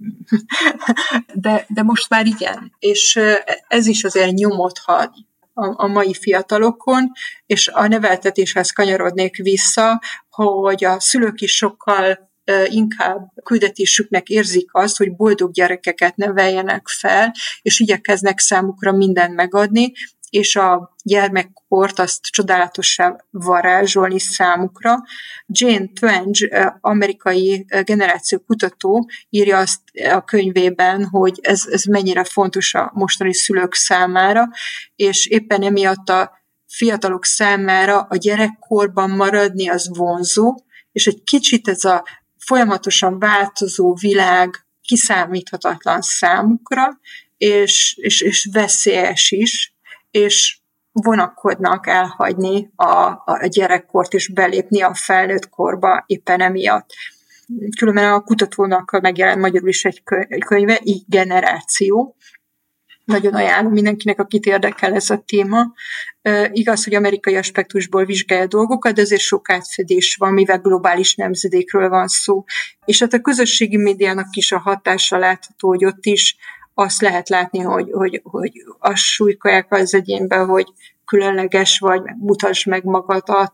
De, de most már igen. És ez is azért nyomot hagy a, a mai fiatalokon, és a neveltetéshez kanyarodnék vissza, hogy a szülők is sokkal inkább küldetésüknek érzik azt, hogy boldog gyerekeket neveljenek fel, és igyekeznek számukra mindent megadni, és a gyermekkort azt csodálatossá varázsolni számukra. Jane Twenge, amerikai generációkutató írja azt a könyvében, hogy ez, ez mennyire fontos a mostani szülők számára, és éppen emiatt a fiatalok számára a gyerekkorban maradni az vonzó, és egy kicsit ez a folyamatosan változó világ kiszámíthatatlan számukra, és, és, és veszélyes is, és vonakodnak elhagyni a, a gyerekkort és belépni a felnőtt korba éppen emiatt. Különben a kutatónak megjelent magyarul is egy könyve, így generáció. Nagyon ajánlom mindenkinek, akit érdekel ez a téma. E, igaz, hogy amerikai aspektusból vizsgálja dolgokat, de azért sok átfedés van, mivel globális nemzedékről van szó. És hát a közösségi médiának is a hatása látható, hogy ott is azt lehet látni, hogy, hogy, hogy azt súlykolják az egyénben, hogy különleges vagy, mutasd meg magadat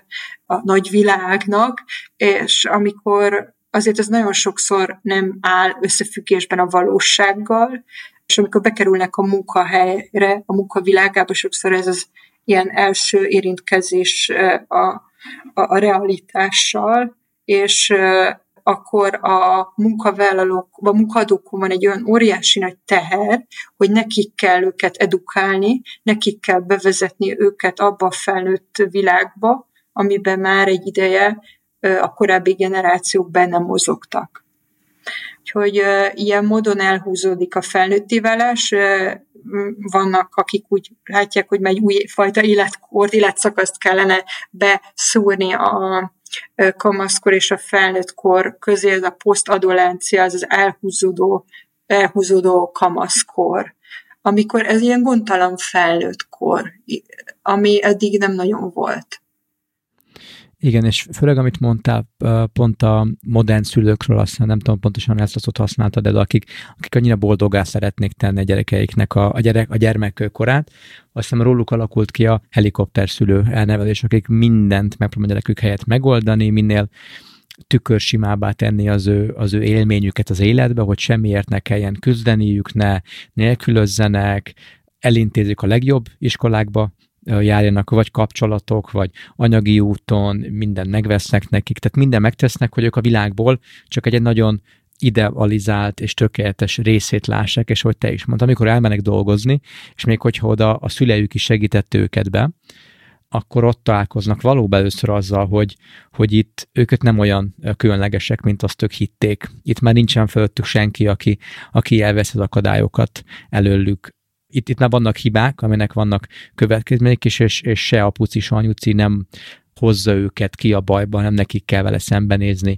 a nagy világnak, és amikor azért ez nagyon sokszor nem áll összefüggésben a valósággal, és amikor bekerülnek a munkahelyre, a munkavilágába, sokszor ez az ilyen első érintkezés a, a, a realitással, és akkor a munkavállalók, a munkadókon van egy olyan óriási nagy teher, hogy nekik kell őket edukálni, nekik kell bevezetni őket abba a felnőtt világba, amiben már egy ideje a korábbi generációk benne mozogtak. Úgyhogy ilyen módon elhúzódik a felnőtté válás. Vannak, akik úgy látják, hogy egy újfajta életkort, életszakaszt kellene beszúrni a kamaszkor és a felnőttkor közé, ez a posztadolencia, az az elhúzódó, elhúzódó kamaszkor, amikor ez ilyen gondtalan felnőttkor, ami eddig nem nagyon volt. Igen, és főleg, amit mondtál, pont a modern szülőkről, aztán nem tudom pontosan ezt a szót használtad, de akik, akik annyira boldoggá szeretnék tenni a gyerekeiknek a, a, gyerek, a gyermek korát, aztán róluk alakult ki a helikopterszülő elnevezés, akik mindent megpróbálnak a gyerekük helyett megoldani, minél tükörsimábbá tenni az ő, az ő élményüket az életbe, hogy semmiért ne kelljen küzdeniük, ne nélkülözzenek, elintézik a legjobb iskolákba, járjanak, vagy kapcsolatok, vagy anyagi úton, minden megvesznek nekik, tehát minden megtesznek, hogy ők a világból csak egy nagyon idealizált és tökéletes részét lássák, és hogy te is mondtad, amikor elmennek dolgozni, és még hogyha oda a szüleik is segített őket be, akkor ott találkoznak valóban először azzal, hogy, hogy itt őket nem olyan különlegesek, mint azt ők hitték. Itt már nincsen fölöttük senki, aki, aki elveszi az akadályokat előlük. Itt, itt már vannak hibák, aminek vannak következmények is, és, és se a puci, se anyuci nem hozza őket ki a bajba, nem nekik kell vele szembenézni.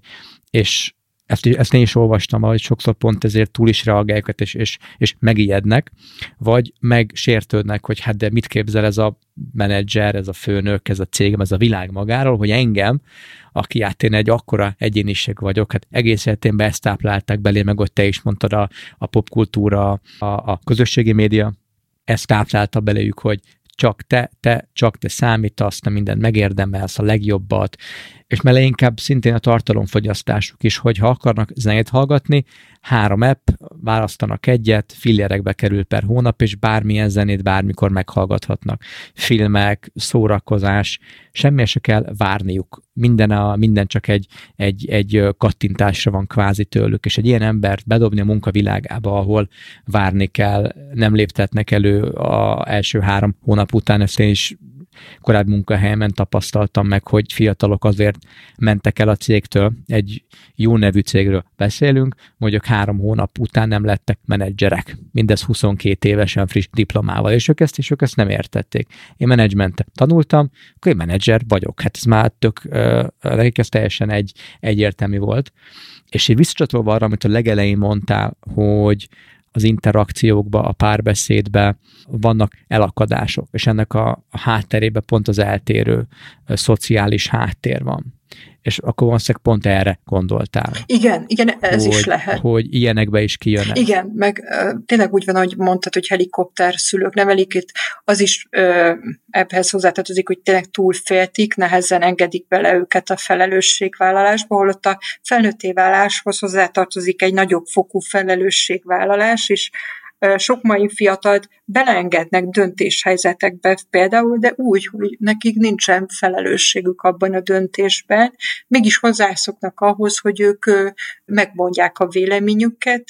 És ezt, ezt én is olvastam, hogy sokszor pont ezért túl is reagálják, és, és, és megijednek, vagy megsértődnek, hogy hát de mit képzel ez a menedzser, ez a főnök, ez a cégem, ez a világ magáról, hogy engem, aki hát én egy akkora egyéniség vagyok, hát egész életénben ezt táplálták belé, meg hogy te is mondtad, a, a popkultúra, a, a közösségi média, ezt táplálta beléjük, hogy csak te, te, csak te számítasz, te mindent megérdemelsz, a legjobbat, és mellé inkább szintén a tartalomfogyasztásuk is, hogy ha akarnak zenét hallgatni, három app, választanak egyet, fillérekbe kerül per hónap, és bármilyen zenét bármikor meghallgathatnak. Filmek, szórakozás, semmi se kell várniuk. Minden, a, minden csak egy, egy, egy kattintásra van kvázi tőlük, és egy ilyen embert bedobni a munkavilágába, ahol várni kell, nem léptetnek elő az első három hónap után, ezt én is korábbi munkahelyemen tapasztaltam meg, hogy fiatalok azért mentek el a cégtől, egy jó nevű cégről beszélünk, mondjuk három hónap után nem lettek menedzserek. Mindez huszonkét évesen friss diplomával, és ők ezt, és ők ezt nem értették. Én menedzsmentet tanultam, akkor én menedzser vagyok. Hát ez már tök, nekik ez teljesen egy, egyértelmű volt. És így visszacsatolva arra, amit a legelején mondtál, hogy az interakciókba, a párbeszédbe vannak elakadások, és ennek a, a hátterében pont az eltérő a szociális háttér van. És akkor valószínűleg pont erre gondoltál. Igen, igen, ez hogy, is lehet. Hogy ilyenekbe is kijönnek. Igen, meg tényleg úgy van, hogy mondtad, hogy helikopter szülők nevelik, itt az is ö, ebben hozzátartozik, hogy tényleg túl féltik, nehezen engedik bele őket a felelősségvállalásba, holott a felnőtté váláshoz hozzátartozik egy nagyobb fokú felelősségvállalás, és sok mai fiatalt beleengednek döntéshelyzetekbe például, de úgy, hogy nekik nincsen felelősségük abban a döntésben, mégis hozzászoknak ahhoz, hogy ők megmondják a véleményüket,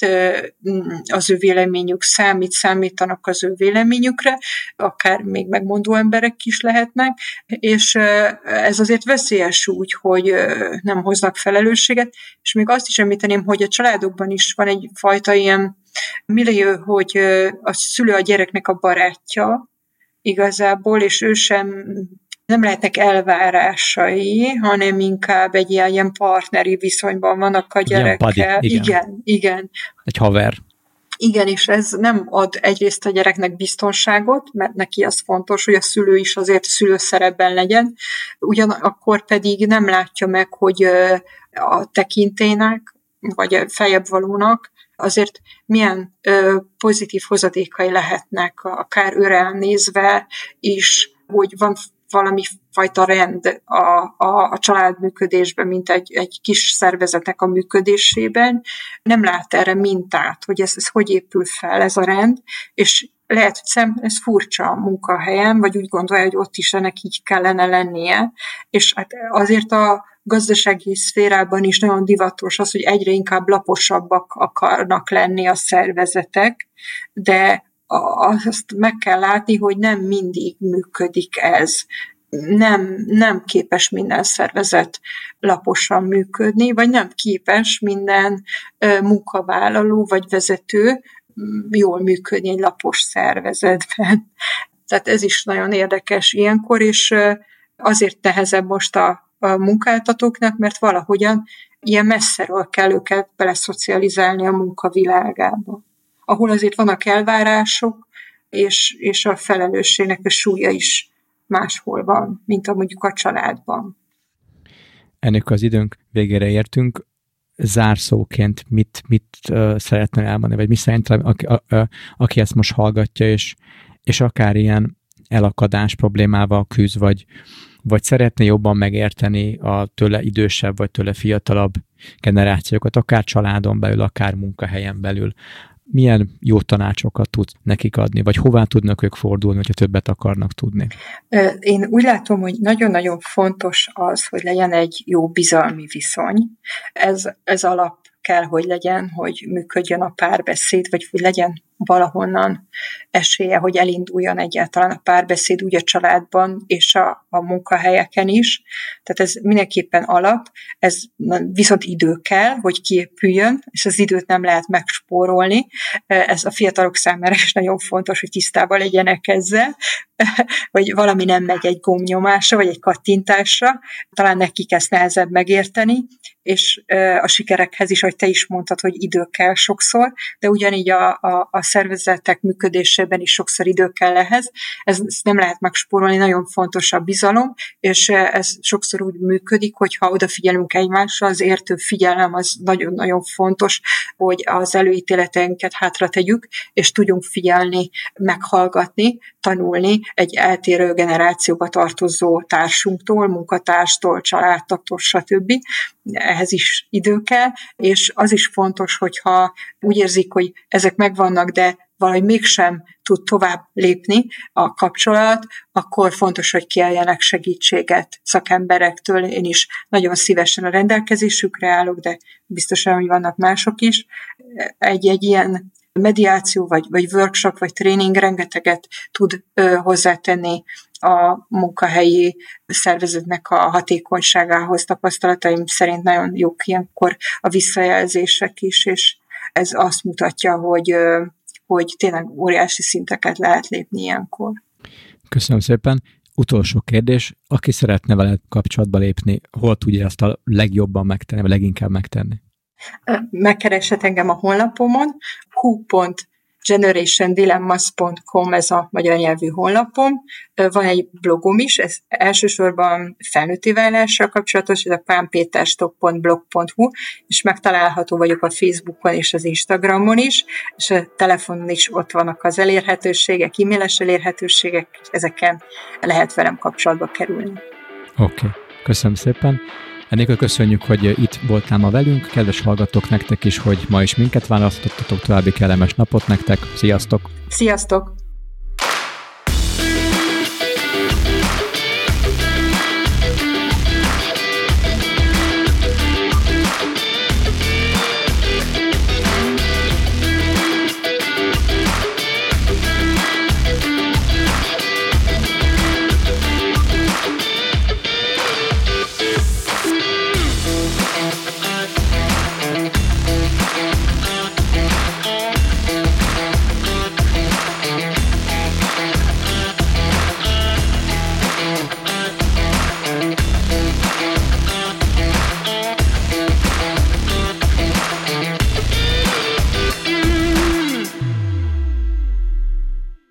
az ő véleményük számít, számítanak az ő véleményükre, akár még megmondó emberek is lehetnek, és ez azért veszélyes úgy, hogy nem hoznak felelősséget, és még azt is említeném, hogy a családokban is van egyfajta ilyen millió, hogy a szülő a gyereknek a barátja igazából, és ő sem, nem lehetnek elvárásai, hanem inkább egy ilyen, ilyen partneri viszonyban vannak a gyerekkel. Buddy, igen. igen, igen. Egy haver. Igen, és ez nem ad egyrészt a gyereknek biztonságot, mert neki az fontos, hogy a szülő is azért szülőszerepben legyen, ugyanakkor pedig nem látja meg, hogy a tekintélynek, vagy a feljebb valónak azért milyen ö, pozitív hozadékai lehetnek, akár őre nézve is, hogy van valami fajta rend a, a, a családműködésben, mint egy, egy kis szervezetnek a működésében. Nem lát erre mintát, hogy ez, ez hogy épül fel ez a rend, és lehet, hogy szem, ez furcsa a munkahelyen, vagy úgy gondolja, hogy ott is ennek így kellene lennie, és hát azért a gazdasági szférában is nagyon divatos az, hogy egyre inkább laposabbak akarnak lenni a szervezetek, de azt meg kell látni, hogy nem mindig működik ez. Nem, nem képes minden szervezet laposan működni, vagy nem képes minden munkavállaló vagy vezető jól működni egy lapos szervezetben. Tehát ez is nagyon érdekes ilyenkor, és azért nehezebb most a, a munkáltatóknak, mert valahogyan ilyen messzeről kell őket beleszocializálni a munkavilágába, ahol azért vannak elvárások, és, és a felelősségnek a súlya is máshol van, mint a mondjuk a családban. Ennek az időnk végére értünk. Zárszóként mit, mit uh, szeretne elmondani, vagy mi szerint, aki, a, a, aki ezt most hallgatja, és, és akár ilyen elakadás problémával küzd, vagy, vagy szeretné jobban megérteni a tőle idősebb, vagy tőle fiatalabb generációkat, akár családon belül, akár munkahelyen belül. Milyen jó tanácsokat tudsz nekik adni, vagy hová tudnak ők fordulni, hogyha többet akarnak tudni? Én úgy látom, hogy nagyon-nagyon fontos az, hogy legyen egy jó bizalmi viszony. Ez, ez alap kell, hogy legyen, hogy működjön a párbeszéd, vagy hogy legyen valahonnan esélye, hogy elinduljon egyáltalán a párbeszéd úgy a családban és a, a munkahelyeken is. Tehát ez mindenképpen alap, ez viszont idő kell, hogy kiépüljön, és az időt nem lehet megspórolni. Ez a fiatalok számára is nagyon fontos, hogy tisztában legyenek ezzel, hogy valami nem megy egy gombnyomásra, vagy egy kattintásra, talán nekik ezt nehezebb megérteni, és a sikerekhez is, ahogy te is mondtad, hogy idő kell sokszor, de ugyanígy a, a, a szervezetek működésében is sokszor idő kell ehhez. Ez, ezt nem lehet megspórolni, nagyon fontos a bizalom, és ez sokszor úgy működik, hogyha odafigyelünk egymásra, az értő figyelem az nagyon-nagyon fontos, hogy az előítéleteinket hátra tegyük, és tudjunk figyelni, meghallgatni, tanulni egy eltérő generációba tartozó társunktól, munkatárstól, családtagtól, stb. Ehhez is idő kell, és az is fontos, hogyha úgy érzik, hogy ezek megvannak, de valahogy mégsem tud tovább lépni a kapcsolat, akkor fontos, hogy kérjenek segítséget szakemberektől. Én is nagyon szívesen a rendelkezésükre állok, de biztosan, hogy vannak mások is. Egy-egy ilyen mediáció, vagy, vagy workshop, vagy tréning rengeteget tud ö, hozzátenni a munkahelyi szervezetnek a hatékonyságához. Tapasztalataim szerint nagyon jók ilyenkor a visszajelzések is, és ez azt mutatja, hogy, hogy tényleg óriási szinteket lehet lépni ilyenkor. Köszönöm szépen. Utolsó kérdés, aki szeretne veled kapcsolatba lépni, hol tudja ezt a legjobban megtenni, vagy leginkább megtenni? Megkereshet engem a honlapomon, hu pont generation dilemmas pont com, ez a magyar nyelvű honlapom. Van egy blogom is, ez elsősorban felnőtti válással kapcsolatos, ez a pánpéterstop pont blog pont hu, és megtalálható vagyok a Facebookon és az Instagramon is, és a telefonon is ott vannak az elérhetőségek, e-mailes elérhetőségek, ezeken lehet velem kapcsolatba kerülni. Oké, okay. Köszönöm szépen. Ennél köszönjük, hogy itt voltál ma velünk. Kedves hallgatók, nektek is, hogy ma is minket választottatok. További kellemes napot nektek. Sziasztok! Sziasztok!